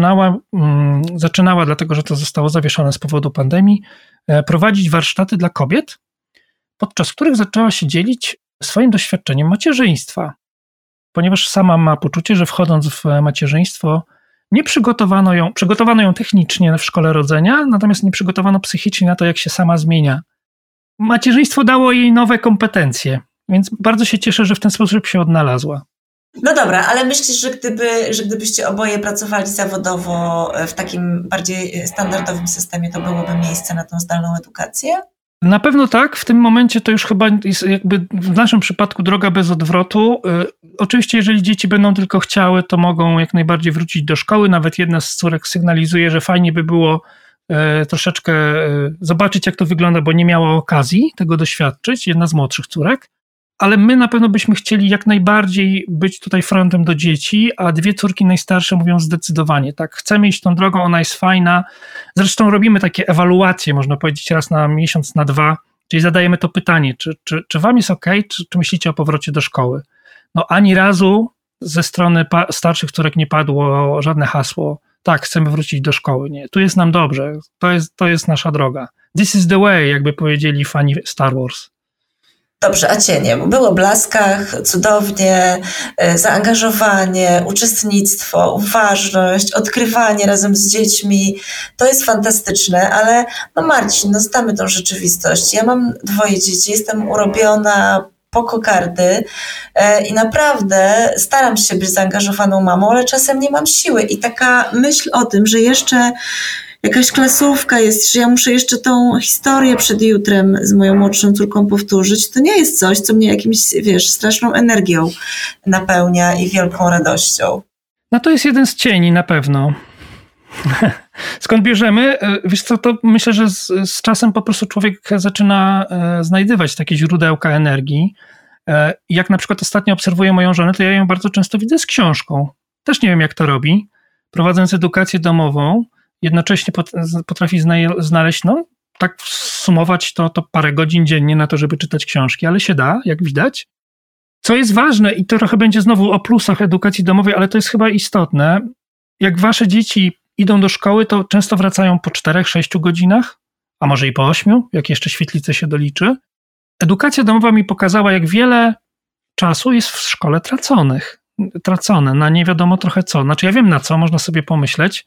zaczynała, dlatego że to zostało zawieszone z powodu pandemii, prowadzić warsztaty dla kobiet, podczas których zaczęła się dzielić swoim doświadczeniem macierzyństwa. Ponieważ sama ma poczucie, że wchodząc w macierzyństwo, nie przygotowano ją technicznie w szkole rodzenia, natomiast nie przygotowano psychicznie na to, jak się sama zmienia. Macierzyństwo dało jej nowe kompetencje, więc bardzo się cieszę, że w ten sposób się odnalazła. No dobra, ale myślisz, że gdybyście oboje pracowali zawodowo w takim bardziej standardowym systemie, to byłoby miejsce na tą zdalną edukację? Na pewno tak. W tym momencie to już chyba jest jakby w naszym przypadku droga bez odwrotu. Oczywiście, jeżeli dzieci będą tylko chciały, to mogą jak najbardziej wrócić do szkoły. Nawet jedna z córek sygnalizuje, że fajnie by było troszeczkę zobaczyć, jak to wygląda, bo nie miała okazji tego doświadczyć. Jedna z młodszych córek. Ale my na pewno byśmy chcieli jak najbardziej być tutaj frontem do dzieci, a 2 córki najstarsze mówią zdecydowanie tak, chcemy iść tą drogą, ona jest fajna. Zresztą robimy takie ewaluacje, można powiedzieć raz na miesiąc, na 2, czyli zadajemy to pytanie, czy wam jest okej, czy myślicie o powrocie do szkoły? No ani razu ze strony starszych córek nie padło żadne hasło, tak, chcemy wrócić do szkoły. Nie, tu jest nam dobrze, to jest nasza droga. This is the way, jakby powiedzieli fani Star Wars. Dobrze, a cienie? Było w blaskach, cudownie, zaangażowanie, uczestnictwo, uważność, odkrywanie razem z dziećmi. To jest fantastyczne, ale no Marcin, znamy tą rzeczywistość. Ja mam 2 dzieci, jestem urobiona po kokardy i naprawdę staram się być zaangażowaną mamą, ale czasem nie mam siły i taka myśl o tym, że jeszcze jakaś klasówka jest, że ja muszę jeszcze tą historię przed jutrem z moją młodszą córką powtórzyć, to nie jest coś, co mnie jakimś, straszną energią napełnia i wielką radością. No to jest jeden z cieni na pewno. Skąd bierzemy? Wiesz co, to myślę, że z czasem po prostu człowiek zaczyna znajdywać takie źródełka energii. Jak na przykład ostatnio obserwuję moją żonę, to ja ją bardzo często widzę z książką. Też nie wiem, jak to robi. Prowadząc edukację domową, jednocześnie potrafi znaleźć, tak sumować to parę godzin dziennie na to, żeby czytać książki, ale się da, jak widać. Co jest ważne i to trochę będzie znowu o plusach edukacji domowej, ale to jest chyba istotne. Jak wasze dzieci idą do szkoły, to często wracają po 4-6 godzinach, a może i po 8, jak jeszcze świetlice się doliczy. Edukacja domowa mi pokazała, jak wiele czasu jest w szkole tracone na nie wiadomo trochę co. Znaczy ja wiem na co, można sobie pomyśleć,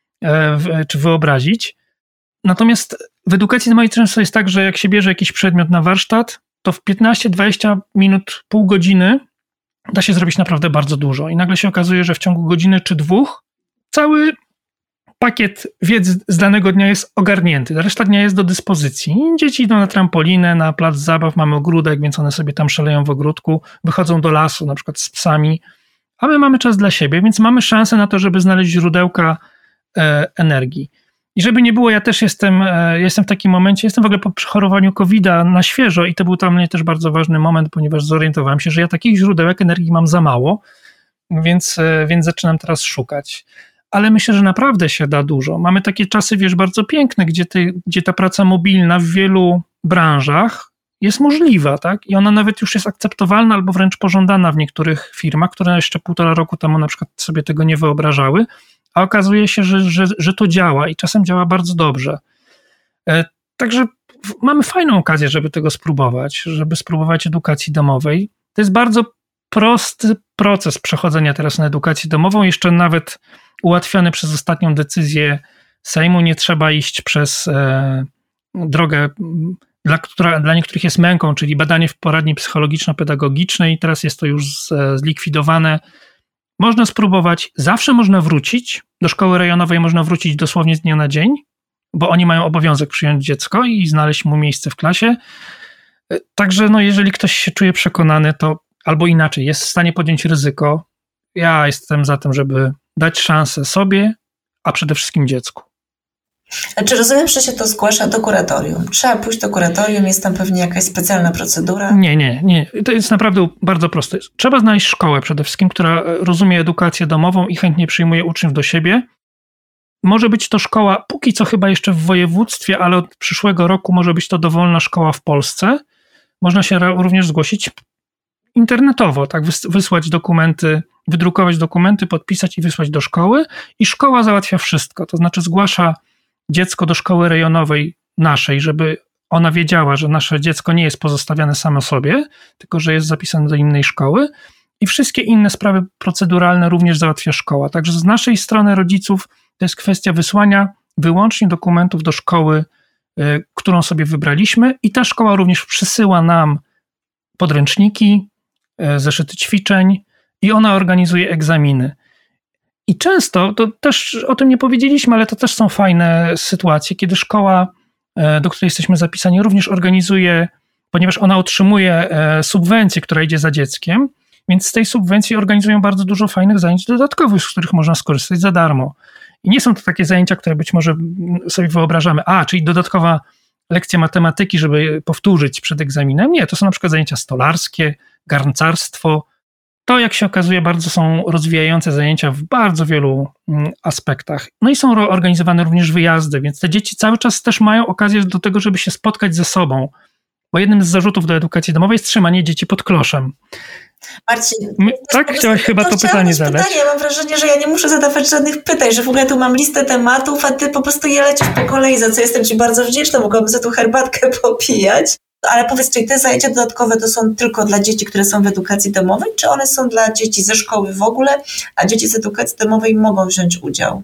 czy wyobrazić. Natomiast w edukacji domowej często jest tak, że jak się bierze jakiś przedmiot na warsztat, to w 15-20 minut, pół godziny da się zrobić naprawdę bardzo dużo. I nagle się okazuje, że w ciągu godziny czy 2 cały pakiet wiedzy z danego dnia jest ogarnięty. Reszta dnia jest do dyspozycji. Dzieci idą na trampolinę, na plac zabaw, mamy ogródek, więc one sobie tam szaleją w ogródku, wychodzą do lasu, na przykład z psami, a my mamy czas dla siebie, więc mamy szansę na to, żeby znaleźć źródełka energii. I żeby nie było, ja też jestem w takim momencie, jestem w ogóle po przechorowaniu COVID-a na świeżo i to był dla mnie też bardzo ważny moment, ponieważ zorientowałem się, że ja takich źródełek energii mam za mało, więc zaczynam teraz szukać. Ale myślę, że naprawdę się da dużo. Mamy takie czasy, bardzo piękne, gdzie ta praca mobilna w wielu branżach jest możliwa, tak? I ona nawet już jest akceptowalna albo wręcz pożądana w niektórych firmach, które jeszcze 1,5 roku temu na przykład sobie tego nie wyobrażały, a okazuje się, że to działa i czasem działa bardzo dobrze. Także mamy fajną okazję, żeby tego spróbować, żeby spróbować edukacji domowej. To jest bardzo prosty proces przechodzenia teraz na edukację domową, jeszcze nawet ułatwiony przez ostatnią decyzję Sejmu. Nie trzeba iść przez drogę, która dla niektórych jest męką, czyli badanie w poradni psychologiczno-pedagogicznej. Teraz jest to już zlikwidowane. Można spróbować, zawsze można wrócić, do szkoły rejonowej można wrócić dosłownie z dnia na dzień, bo oni mają obowiązek przyjąć dziecko i znaleźć mu miejsce w klasie. Także jeżeli ktoś się czuje przekonany, to albo inaczej, jest w stanie podjąć ryzyko. Ja jestem za tym, żeby dać szansę sobie, a przede wszystkim dziecku. A czy rozumiem, że się to zgłasza do kuratorium? Trzeba pójść do kuratorium, jest tam pewnie jakaś specjalna procedura? Nie. To jest naprawdę bardzo proste. Trzeba znaleźć szkołę przede wszystkim, która rozumie edukację domową i chętnie przyjmuje uczniów do siebie. Może być to szkoła, póki co chyba jeszcze w województwie, ale od przyszłego roku może być to dowolna szkoła w Polsce. można się również zgłosić internetowo, tak, wysłać dokumenty, wydrukować dokumenty, podpisać i wysłać do szkoły i szkoła załatwia wszystko, to znaczy zgłasza dziecko do szkoły rejonowej naszej, żeby ona wiedziała, że nasze dziecko nie jest pozostawiane samo sobie, tylko że jest zapisane do innej szkoły i wszystkie inne sprawy proceduralne również załatwia szkoła. Także z naszej strony rodziców to jest kwestia wysłania wyłącznie dokumentów do szkoły, którą sobie wybraliśmy i ta szkoła również przysyła nam podręczniki, zeszyty ćwiczeń i ona organizuje egzaminy. I często, to też o tym nie powiedzieliśmy, ale to też są fajne sytuacje, kiedy szkoła, do której jesteśmy zapisani, również organizuje, ponieważ ona otrzymuje subwencję, która idzie za dzieckiem, więc z tej subwencji organizują bardzo dużo fajnych zajęć dodatkowych, z których można skorzystać za darmo. I nie są to takie zajęcia, które być może sobie wyobrażamy, czyli dodatkowa lekcja matematyki, żeby powtórzyć przed egzaminem. Nie, to są na przykład zajęcia stolarskie, garncarstwo. To, jak się okazuje, bardzo są rozwijające zajęcia w bardzo wielu aspektach. No i są organizowane również wyjazdy, więc te dzieci cały czas też mają okazję do tego, żeby się spotkać ze sobą. Bo jednym z zarzutów do edukacji domowej jest trzymanie dzieci pod kloszem. Marcin, tak? Chciałaś chyba to pytanie zadać. Ja mam wrażenie, że ja nie muszę zadawać żadnych pytań, że w ogóle tu mam listę tematów, a ty po prostu je lecisz po kolei, za co jestem ci bardzo wdzięczna, mogłabym za tu herbatkę popijać. Ale powiedz, czy te zajęcia dodatkowe to są tylko dla dzieci, które są w edukacji domowej, czy one są dla dzieci ze szkoły w ogóle, a dzieci z edukacji domowej mogą wziąć udział?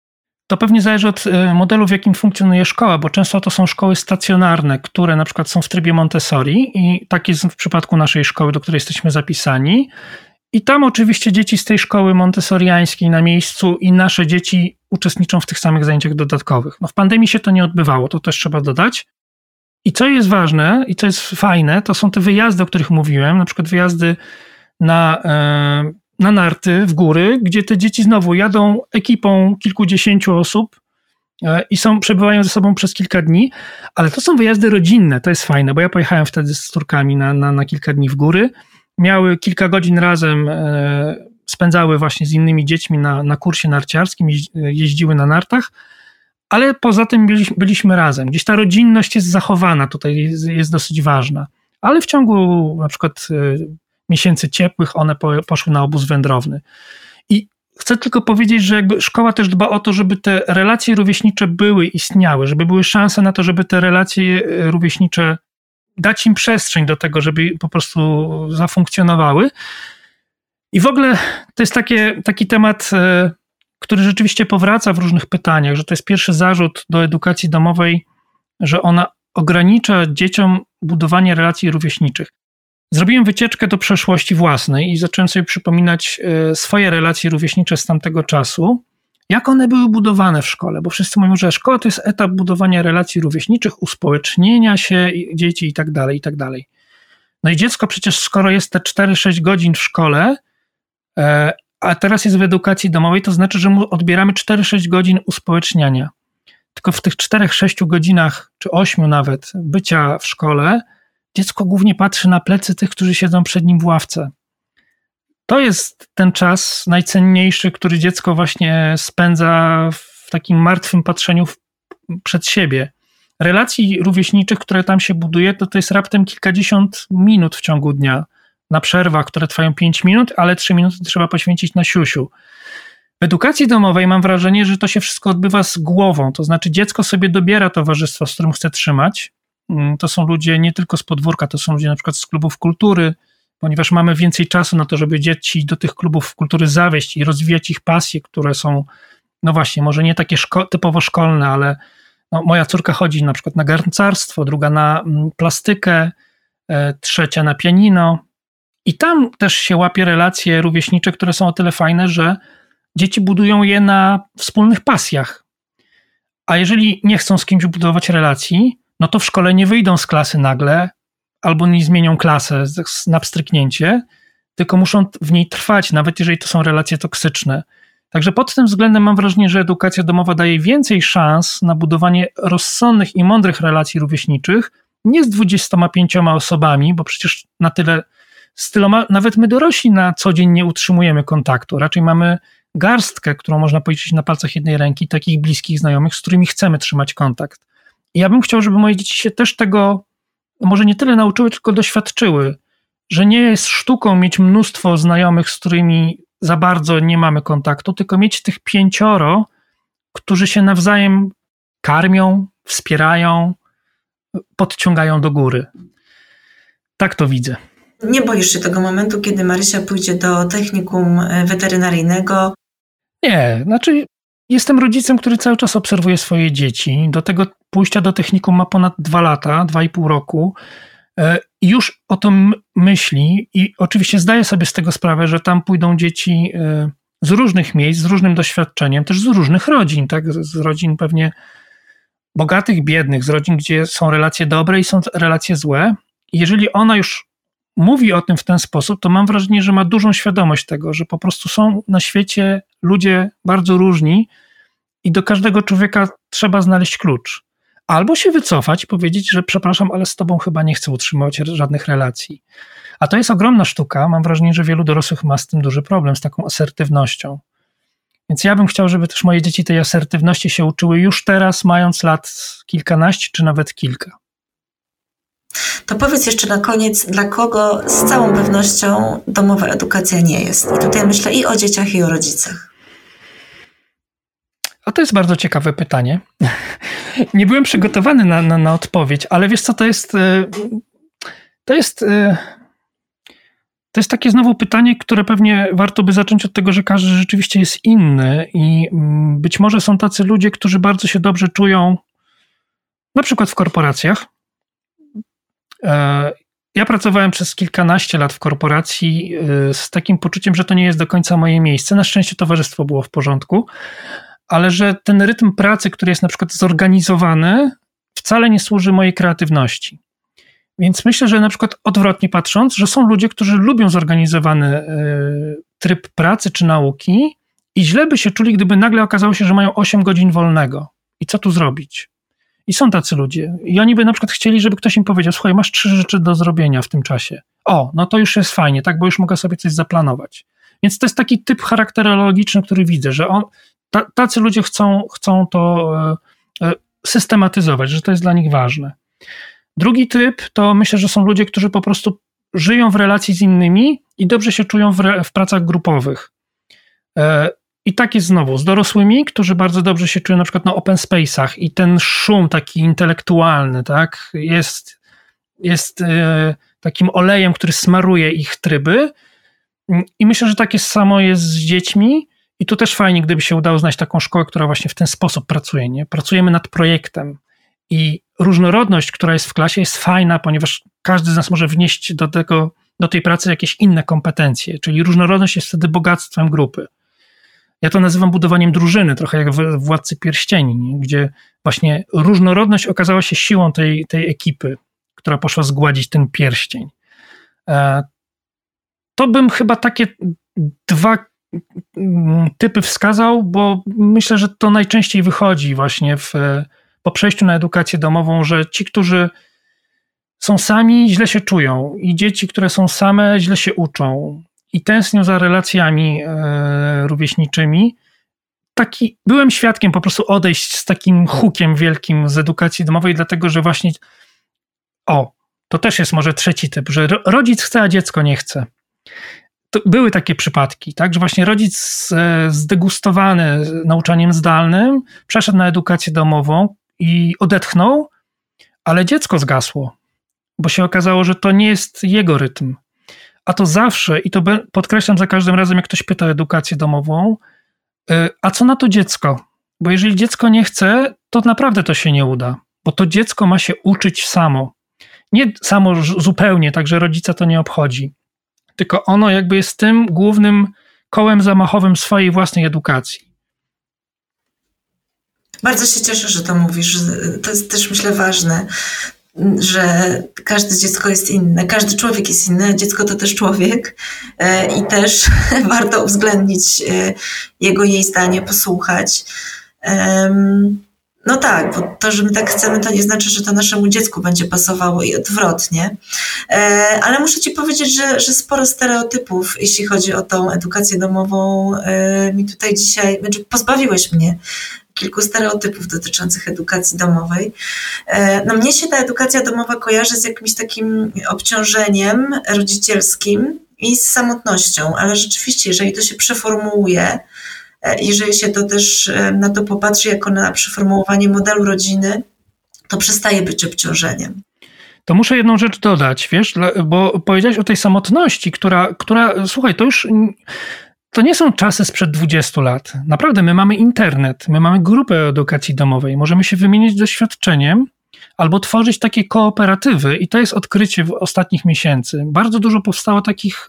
To pewnie zależy od modelu, w jakim funkcjonuje szkoła, bo często to są szkoły stacjonarne, które na przykład są w trybie Montessori i tak jest w przypadku naszej szkoły, do której jesteśmy zapisani. I tam oczywiście dzieci z tej szkoły montessoriańskiej na miejscu i nasze dzieci uczestniczą w tych samych zajęciach dodatkowych. No w pandemii się to nie odbywało, to też trzeba dodać. I co jest ważne i co jest fajne, to są te wyjazdy, o których mówiłem, na przykład wyjazdy na narty w góry, gdzie te dzieci znowu jadą ekipą kilkudziesięciu osób i przebywają ze sobą przez kilka dni, ale to są wyjazdy rodzinne, to jest fajne, bo ja pojechałem wtedy z córkami na kilka dni w góry, miały kilka godzin razem, spędzały właśnie z innymi dziećmi na kursie narciarskim, jeździły na nartach, ale poza tym byliśmy razem. Gdzieś ta rodzinność jest zachowana, tutaj jest dosyć ważna, ale w ciągu na przykład miesięcy ciepłych one poszły na obóz wędrowny. I chcę tylko powiedzieć, że jakby szkoła też dba o to, żeby te relacje rówieśnicze istniały, żeby były szanse na to, żeby te relacje rówieśnicze dać im przestrzeń do tego, żeby po prostu zafunkcjonowały. I w ogóle to jest taki temat, który rzeczywiście powraca w różnych pytaniach, że to jest pierwszy zarzut do edukacji domowej, że ona ogranicza dzieciom budowanie relacji rówieśniczych. Zrobiłem wycieczkę do przeszłości własnej i zacząłem sobie przypominać swoje relacje rówieśnicze z tamtego czasu, jak one były budowane w szkole, bo wszyscy mówią, że szkoła to jest etap budowania relacji rówieśniczych, uspołecznienia się dzieci i tak dalej, i tak dalej. No i dziecko przecież skoro jest te 4-6 godzin w szkole, a teraz jest w edukacji domowej, to znaczy, że mu odbieramy 4-6 godzin uspołeczniania. Tylko w tych 4-6 godzinach, czy 8 nawet, bycia w szkole, dziecko głównie patrzy na plecy tych, którzy siedzą przed nim w ławce. To jest ten czas najcenniejszy, który dziecko właśnie spędza w takim martwym patrzeniu przed siebie. Relacji rówieśniczych, które tam się buduje, to jest raptem kilkadziesiąt minut w ciągu dnia. Na przerwach, które trwają 5 minut, ale 3 minuty trzeba poświęcić na siusiu. W edukacji domowej mam wrażenie, że to się wszystko odbywa z głową, to znaczy dziecko sobie dobiera towarzystwo, z którym chce trzymać. To są ludzie nie tylko z podwórka, to są ludzie na przykład z klubów kultury, ponieważ mamy więcej czasu na to, żeby dzieci do tych klubów kultury zawieźć i rozwijać ich pasje, które są, no właśnie, może nie takie typowo szkolne, ale no, moja córka chodzi na przykład na garncarstwo, druga na plastykę, trzecia na pianino i tam też się łapie relacje rówieśnicze, które są o tyle fajne, że dzieci budują je na wspólnych pasjach. A jeżeli nie chcą z kimś budować relacji, no to w szkole nie wyjdą z klasy nagle, albo nie zmienią klasę na pstryknięcie, tylko muszą w niej trwać, nawet jeżeli to są relacje toksyczne. Także pod tym względem mam wrażenie, że edukacja domowa daje więcej szans na budowanie rozsądnych i mądrych relacji rówieśniczych, nie z 25 osobami, bo przecież na tyle z tyloma, nawet my dorośli na co dzień nie utrzymujemy kontaktu, raczej mamy garstkę, którą można policzyć na palcach jednej ręki, takich bliskich znajomych, z którymi chcemy trzymać kontakt. I ja bym chciał, żeby moje dzieci się też tego może nie tyle nauczyły, tylko doświadczyły, że nie jest sztuką mieć mnóstwo znajomych, z którymi za bardzo nie mamy kontaktu, tylko mieć tych 5, którzy się nawzajem karmią, wspierają, podciągają do góry. Tak to widzę. Nie boisz się tego momentu, kiedy Marysia pójdzie do technikum weterynaryjnego? Nie, znaczy jestem rodzicem, który cały czas obserwuje swoje dzieci. Do tego pójścia do technikum ma ponad 2 lata, 2,5 roku. I już o tym myśli i oczywiście zdaję sobie z tego sprawę, że tam pójdą dzieci z różnych miejsc, z różnym doświadczeniem, też z różnych rodzin, tak? Z rodzin pewnie bogatych, biednych, z rodzin, gdzie są relacje dobre i są relacje złe. I jeżeli ona już mówi o tym w ten sposób, to mam wrażenie, że ma dużą świadomość tego, że po prostu są na świecie ludzie bardzo różni i do każdego człowieka trzeba znaleźć klucz. Albo się wycofać i powiedzieć, że przepraszam, ale z tobą chyba nie chcę utrzymywać żadnych relacji. A to jest ogromna sztuka. Mam wrażenie, że wielu dorosłych ma z tym duży problem, z taką asertywnością. Więc ja bym chciał, żeby też moje dzieci tej asertywności się uczyły już teraz, mając lat kilkanaście czy nawet kilka. To powiedz jeszcze na koniec, dla kogo z całą pewnością domowa edukacja nie jest. I tutaj myślę i o dzieciach, i o rodzicach. A to jest bardzo ciekawe pytanie. Nie byłem przygotowany na odpowiedź, ale wiesz co, to jest takie znowu pytanie, które pewnie warto by zacząć od tego, że każdy rzeczywiście jest inny i być może są tacy ludzie, którzy bardzo się dobrze czują na przykład w korporacjach. Ja pracowałem przez kilkanaście lat w korporacji z takim poczuciem, że to nie jest do końca moje miejsce. Na szczęście towarzystwo było w porządku, ale że ten rytm pracy, który jest na przykład zorganizowany, wcale nie służy mojej kreatywności. Więc myślę, że na przykład odwrotnie patrząc, że są ludzie, którzy lubią zorganizowany tryb pracy czy nauki i źle by się czuli, gdyby nagle okazało się, że mają 8 godzin wolnego. I co tu zrobić? I są tacy ludzie. I oni by na przykład chcieli, żeby ktoś im powiedział, słuchaj, masz 3 rzeczy do zrobienia w tym czasie. O, no to już jest fajnie, tak, bo już mogę sobie coś zaplanować. Więc to jest taki typ charakterologiczny, który widzę, że tacy ludzie chcą to systematyzować, że to jest dla nich ważne. Drugi typ to myślę, że są ludzie, którzy po prostu żyją w relacji z innymi i dobrze się czują w pracach grupowych. I tak jest znowu z dorosłymi, którzy bardzo dobrze się czują na przykład na open space'ach i ten szum taki intelektualny, tak, jest takim olejem, który smaruje ich tryby. I myślę, że takie samo jest z dziećmi i tu też fajnie, gdyby się udało znaleźć taką szkołę, która właśnie w ten sposób pracuje, nie? Pracujemy nad projektem i różnorodność, która jest w klasie, jest fajna, ponieważ każdy z nas może wnieść do tej pracy jakieś inne kompetencje, czyli różnorodność jest wtedy bogactwem grupy. Ja to nazywam budowaniem drużyny, trochę jak w Władcy Pierścieni, nie? Gdzie właśnie różnorodność okazała się siłą tej ekipy, która poszła zgładzić ten pierścień. To bym chyba takie 2 typy wskazał, bo myślę, że to najczęściej wychodzi właśnie po przejściu na edukację domową, że ci, którzy są sami, źle się czują i dzieci, które są same, źle się uczą i tęsknią za relacjami rówieśniczymi. Byłem świadkiem po prostu odejść z takim hukiem wielkim z edukacji domowej, dlatego że właśnie to też jest może trzeci typ, że rodzic chce, a dziecko nie chce. To były takie przypadki, tak, że właśnie rodzic zdegustowany nauczaniem zdalnym przeszedł na edukację domową i odetchnął, ale dziecko zgasło, bo się okazało, że to nie jest jego rytm. A to zawsze, i to podkreślam za każdym razem, jak ktoś pyta o edukację domową, a co na to dziecko? Bo jeżeli dziecko nie chce, to naprawdę to się nie uda, bo to dziecko ma się uczyć samo. Nie samo zupełnie, tak, że rodzica to nie obchodzi, tylko ono jakby jest tym głównym kołem zamachowym swojej własnej edukacji. Bardzo się cieszę, że to mówisz. To jest też, myślę, ważne, że każde dziecko jest inne, każdy człowiek jest inny, a dziecko to też człowiek i też warto uwzględnić jej zdanie, posłuchać. No tak, bo to, że my tak chcemy, to nie znaczy, że to naszemu dziecku będzie pasowało i odwrotnie. Ale muszę ci powiedzieć, że sporo stereotypów, jeśli chodzi o tą edukację domową, mi tutaj dzisiaj, pozbawiłeś mnie kilku stereotypów dotyczących edukacji domowej. No mnie się ta edukacja domowa kojarzy z jakimś takim obciążeniem rodzicielskim i z samotnością, ale rzeczywiście, jeżeli to się przeformułuje, jeżeli się to też na to popatrzy jako na przeformułowanie modelu rodziny, to przestaje być obciążeniem. To muszę jedną rzecz dodać, wiesz, bo powiedziałeś o tej samotności, która słuchaj, to nie są czasy sprzed 20 lat. Naprawdę, my mamy internet, my mamy grupę edukacji domowej, możemy się wymieniać doświadczeniem albo tworzyć takie kooperatywy i to jest odkrycie w ostatnich miesięcy. Bardzo dużo powstało takich,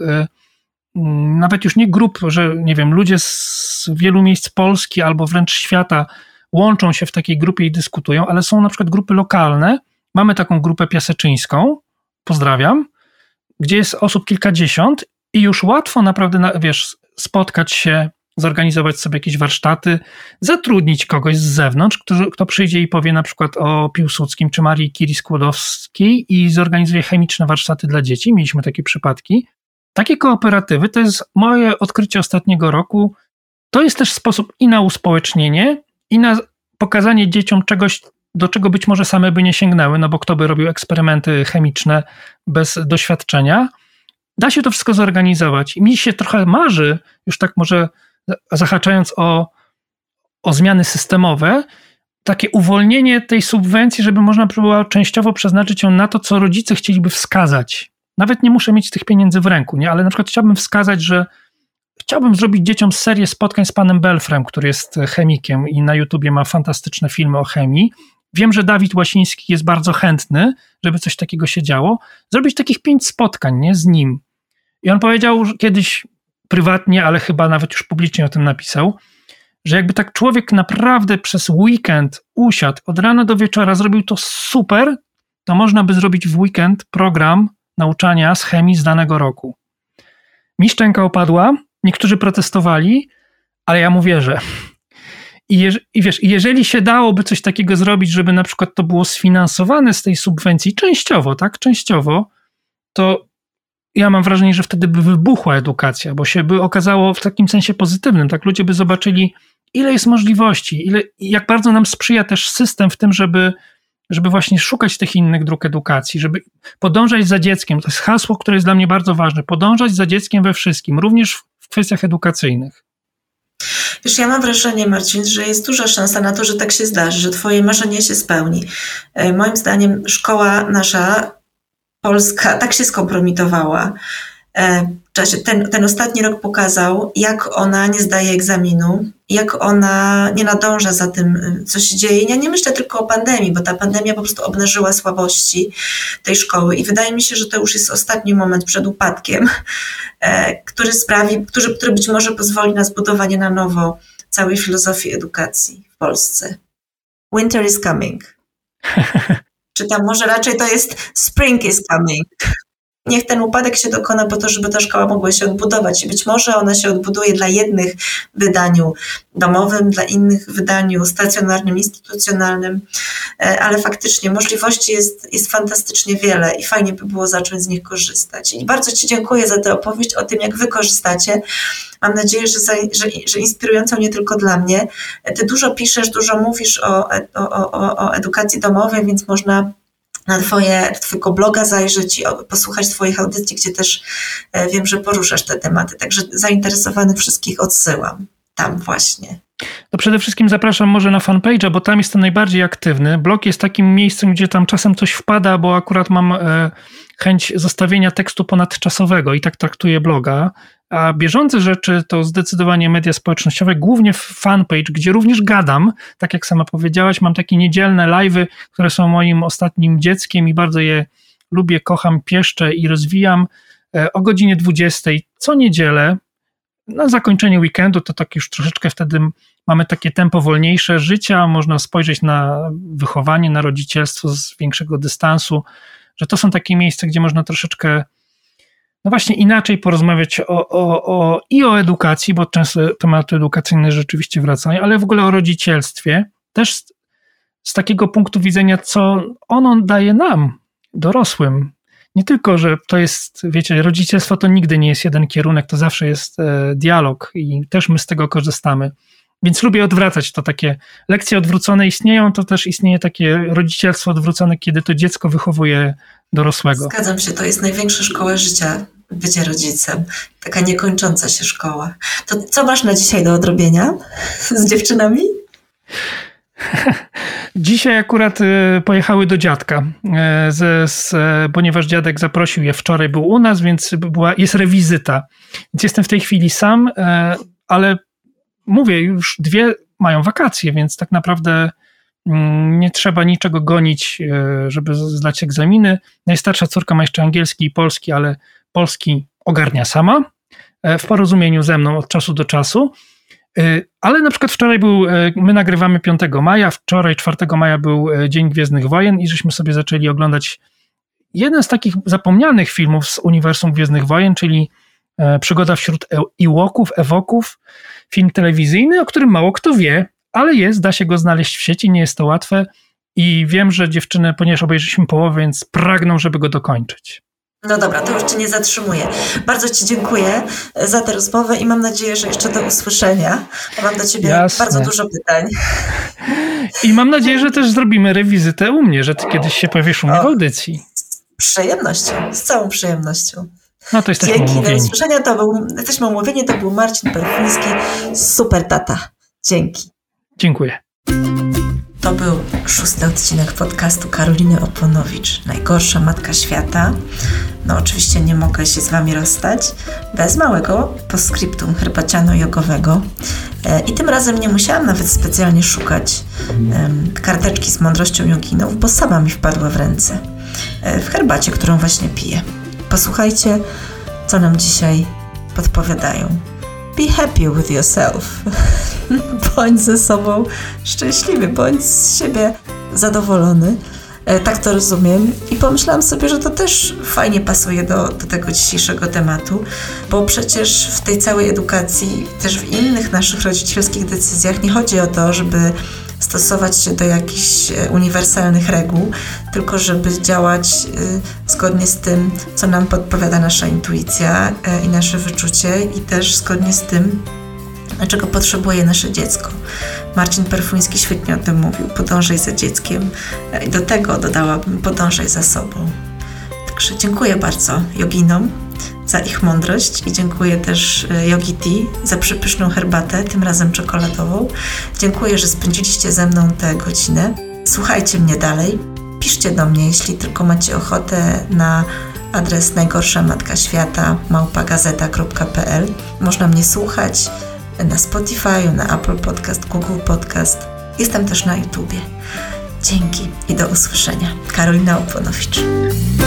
nawet już nie grup, że nie wiem, ludzie z wielu miejsc Polski albo wręcz świata łączą się w takiej grupie i dyskutują, ale są na przykład grupy lokalne. Mamy taką grupę piaseczyńską, pozdrawiam, gdzie jest osób kilkadziesiąt i już łatwo naprawdę, wiesz, spotkać się, zorganizować sobie jakieś warsztaty, zatrudnić kogoś z zewnątrz, kto przyjdzie i powie na przykład o Piłsudskim czy Marii Curie-Skłodowskiej i zorganizuje chemiczne warsztaty dla dzieci. Mieliśmy takie przypadki. Takie kooperatywy to jest moje odkrycie ostatniego roku. To jest też sposób i na uspołecznienie, i na pokazanie dzieciom czegoś, do czego być może same by nie sięgnęły, no bo kto by robił eksperymenty chemiczne bez doświadczenia. Da się to wszystko zorganizować. I mi się trochę marzy, już tak może zahaczając o zmiany systemowe, takie uwolnienie tej subwencji, żeby można było częściowo przeznaczyć ją na to, co rodzice chcieliby wskazać. Nawet nie muszę mieć tych pieniędzy w ręku, nie? Ale na przykład chciałbym wskazać, że chciałbym zrobić dzieciom serię spotkań z panem Belfrem, który jest chemikiem i na YouTubie ma fantastyczne filmy o chemii. Wiem, że Dawid Łasiński jest bardzo chętny, żeby coś takiego się działo. Zrobić takich 5 spotkań, nie, z nim. I on powiedział kiedyś prywatnie, ale chyba nawet już publicznie o tym napisał, że jakby tak człowiek naprawdę przez weekend usiadł od rana do wieczora, zrobił to super, to można by zrobić w weekend program nauczania z chemii z danego roku. Mi szczęka opadła, niektórzy protestowali, ale ja mu wierzę. I wiesz, jeżeli się dałoby coś takiego zrobić, żeby na przykład to było sfinansowane z tej subwencji częściowo, to ja mam wrażenie, że wtedy by wybuchła edukacja, bo się by okazało w takim sensie pozytywnym, tak ludzie by zobaczyli, ile jest możliwości, jak bardzo nam sprzyja też system w tym, żeby właśnie szukać tych innych dróg edukacji, żeby podążać za dzieckiem. To jest hasło, które jest dla mnie bardzo ważne. Podążać za dzieckiem we wszystkim, również w kwestiach edukacyjnych. Wiesz, ja mam wrażenie, Marcin, że jest duża szansa na to, że tak się zdarzy, że twoje marzenie się spełni. Moim zdaniem szkoła nasza, polska, tak się skompromitowała. Ten ostatni rok pokazał, jak ona nie zdaje egzaminu, jak ona nie nadąża za tym, co się dzieje. Ja nie myślę tylko o pandemii, bo ta pandemia po prostu obnażyła słabości tej szkoły i wydaje mi się, że to już jest ostatni moment przed upadkiem, który być może pozwoli na zbudowanie na nowo całej filozofii edukacji w Polsce. Winter is coming. Czy tam może raczej to jest spring is coming. Niech ten upadek się dokona po to, żeby ta szkoła mogła się odbudować. I być może ona się odbuduje dla jednych w wydaniu domowym, dla innych w wydaniu stacjonarnym, instytucjonalnym, ale faktycznie możliwości jest fantastycznie wiele i fajnie by było zacząć z nich korzystać. I bardzo Ci dziękuję za tę opowieść o tym, jak Wy korzystacie. Mam nadzieję, że inspirującą nie tylko dla mnie. Ty dużo piszesz, dużo mówisz o edukacji domowej, więc można na twojego bloga zajrzeć i posłuchać twoich audycji, gdzie też wiem, że poruszasz te tematy. Także zainteresowanych wszystkich odsyłam tam właśnie. To przede wszystkim zapraszam może na fanpage'a, bo tam jestem najbardziej aktywny. Blog jest takim miejscem, gdzie tam czasem coś wpada, bo akurat mam chęć zostawienia tekstu ponadczasowego i tak traktuję bloga. A bieżące rzeczy to zdecydowanie media społecznościowe, głównie fanpage, gdzie również gadam. Tak jak sama powiedziałaś, mam takie niedzielne live'y, które są moim ostatnim dzieckiem i bardzo je lubię, kocham, pieszczę i rozwijam o godzinie 20 co niedzielę. Na zakończenie weekendu to tak już troszeczkę wtedy mamy takie tempo wolniejsze życia, można spojrzeć na wychowanie, na rodzicielstwo z większego dystansu, że to są takie miejsca, gdzie można troszeczkę no właśnie inaczej porozmawiać i o edukacji, bo często tematy edukacyjne rzeczywiście wracają, ale w ogóle o rodzicielstwie, też z takiego punktu widzenia, co ono daje nam, dorosłym. Nie tylko, że to jest, wiecie, rodzicielstwo to nigdy nie jest jeden kierunek, to zawsze jest dialog i też my z tego korzystamy. Więc lubię odwracać to, takie lekcje odwrócone istnieją, to też istnieje takie rodzicielstwo odwrócone, kiedy to dziecko wychowuje dorosłego. Zgadzam się, to jest największa szkoła życia, bycie rodzicem. Taka niekończąca się szkoła. To co masz na dzisiaj do odrobienia z dziewczynami? Dzisiaj akurat pojechały do dziadka, ponieważ dziadek zaprosił je, wczoraj był u nas, więc jest rewizyta. Więc jestem w tej chwili sam, ale mówię, już 2 mają wakacje, więc tak naprawdę nie trzeba niczego gonić, żeby zdać egzaminy. Najstarsza córka ma jeszcze angielski i polski, ale polski ogarnia sama, w porozumieniu ze mną od czasu do czasu. Ale na przykład wczoraj my nagrywamy 5 maja, wczoraj 4 maja był Dzień Gwiezdnych Wojen i żeśmy sobie zaczęli oglądać jeden z takich zapomnianych filmów z uniwersum Gwiezdnych Wojen, czyli Przygoda wśród Ewoków, film telewizyjny, o którym mało kto wie, ale da się go znaleźć w sieci, nie jest to łatwe i wiem, że dziewczyny, ponieważ obejrzeliśmy połowę, więc pragną, żeby go dokończyć. No dobra, to już Cię nie zatrzymuję. Bardzo Ci dziękuję za tę rozmowę i mam nadzieję, że jeszcze do usłyszenia. Mam do Ciebie bardzo dużo pytań. I mam nadzieję, że też zrobimy rewizytę u mnie, że Ty kiedyś się pojawisz u mnie w audycji. Z przyjemnością, z całą przyjemnością. No to jesteśmy umówieni. umówieni. Do usłyszenia, jesteśmy umówieni, to był Marcin Perfuński, super tata. Dzięki. Dziękuję. To był 6. odcinek podcastu Karoliny Oponowicz, Najgorsza Matka Świata. No oczywiście nie mogę się z Wami rozstać bez małego postscriptum herbaciano-jogowego. I tym razem nie musiałam nawet specjalnie szukać karteczki z mądrością joginów, bo sama mi wpadła w ręce w herbacie, którą właśnie piję. Posłuchajcie, co nam dzisiaj podpowiadają. Be happy with yourself. Bądź ze sobą szczęśliwy, bądź z siebie zadowolony. Tak to rozumiem. I pomyślałam sobie, że to też fajnie pasuje do tego dzisiejszego tematu, bo przecież w tej całej edukacji, też w innych naszych rodzicielskich decyzjach nie chodzi o to, żeby stosować się do jakichś uniwersalnych reguł, tylko żeby działać zgodnie z tym, co nam podpowiada nasza intuicja i nasze wyczucie i też zgodnie z tym, czego potrzebuje nasze dziecko. Marcin Perfuński świetnie o tym mówił. Podążaj za dzieckiem. I do tego dodałabym, podążaj za sobą. Także dziękuję bardzo joginom za ich mądrość i dziękuję też Yogi Tea za przepyszną herbatę, tym razem czekoladową. Dziękuję, że spędziliście ze mną tę godzinę. Słuchajcie mnie dalej. Piszcie do mnie, jeśli tylko macie ochotę, na adres najgorszamatkaświata@gazeta.pl. Można mnie słuchać na Spotify, na Apple Podcast, Google Podcast. Jestem też na YouTubie. Dzięki i do usłyszenia. Karolina Oponowicz.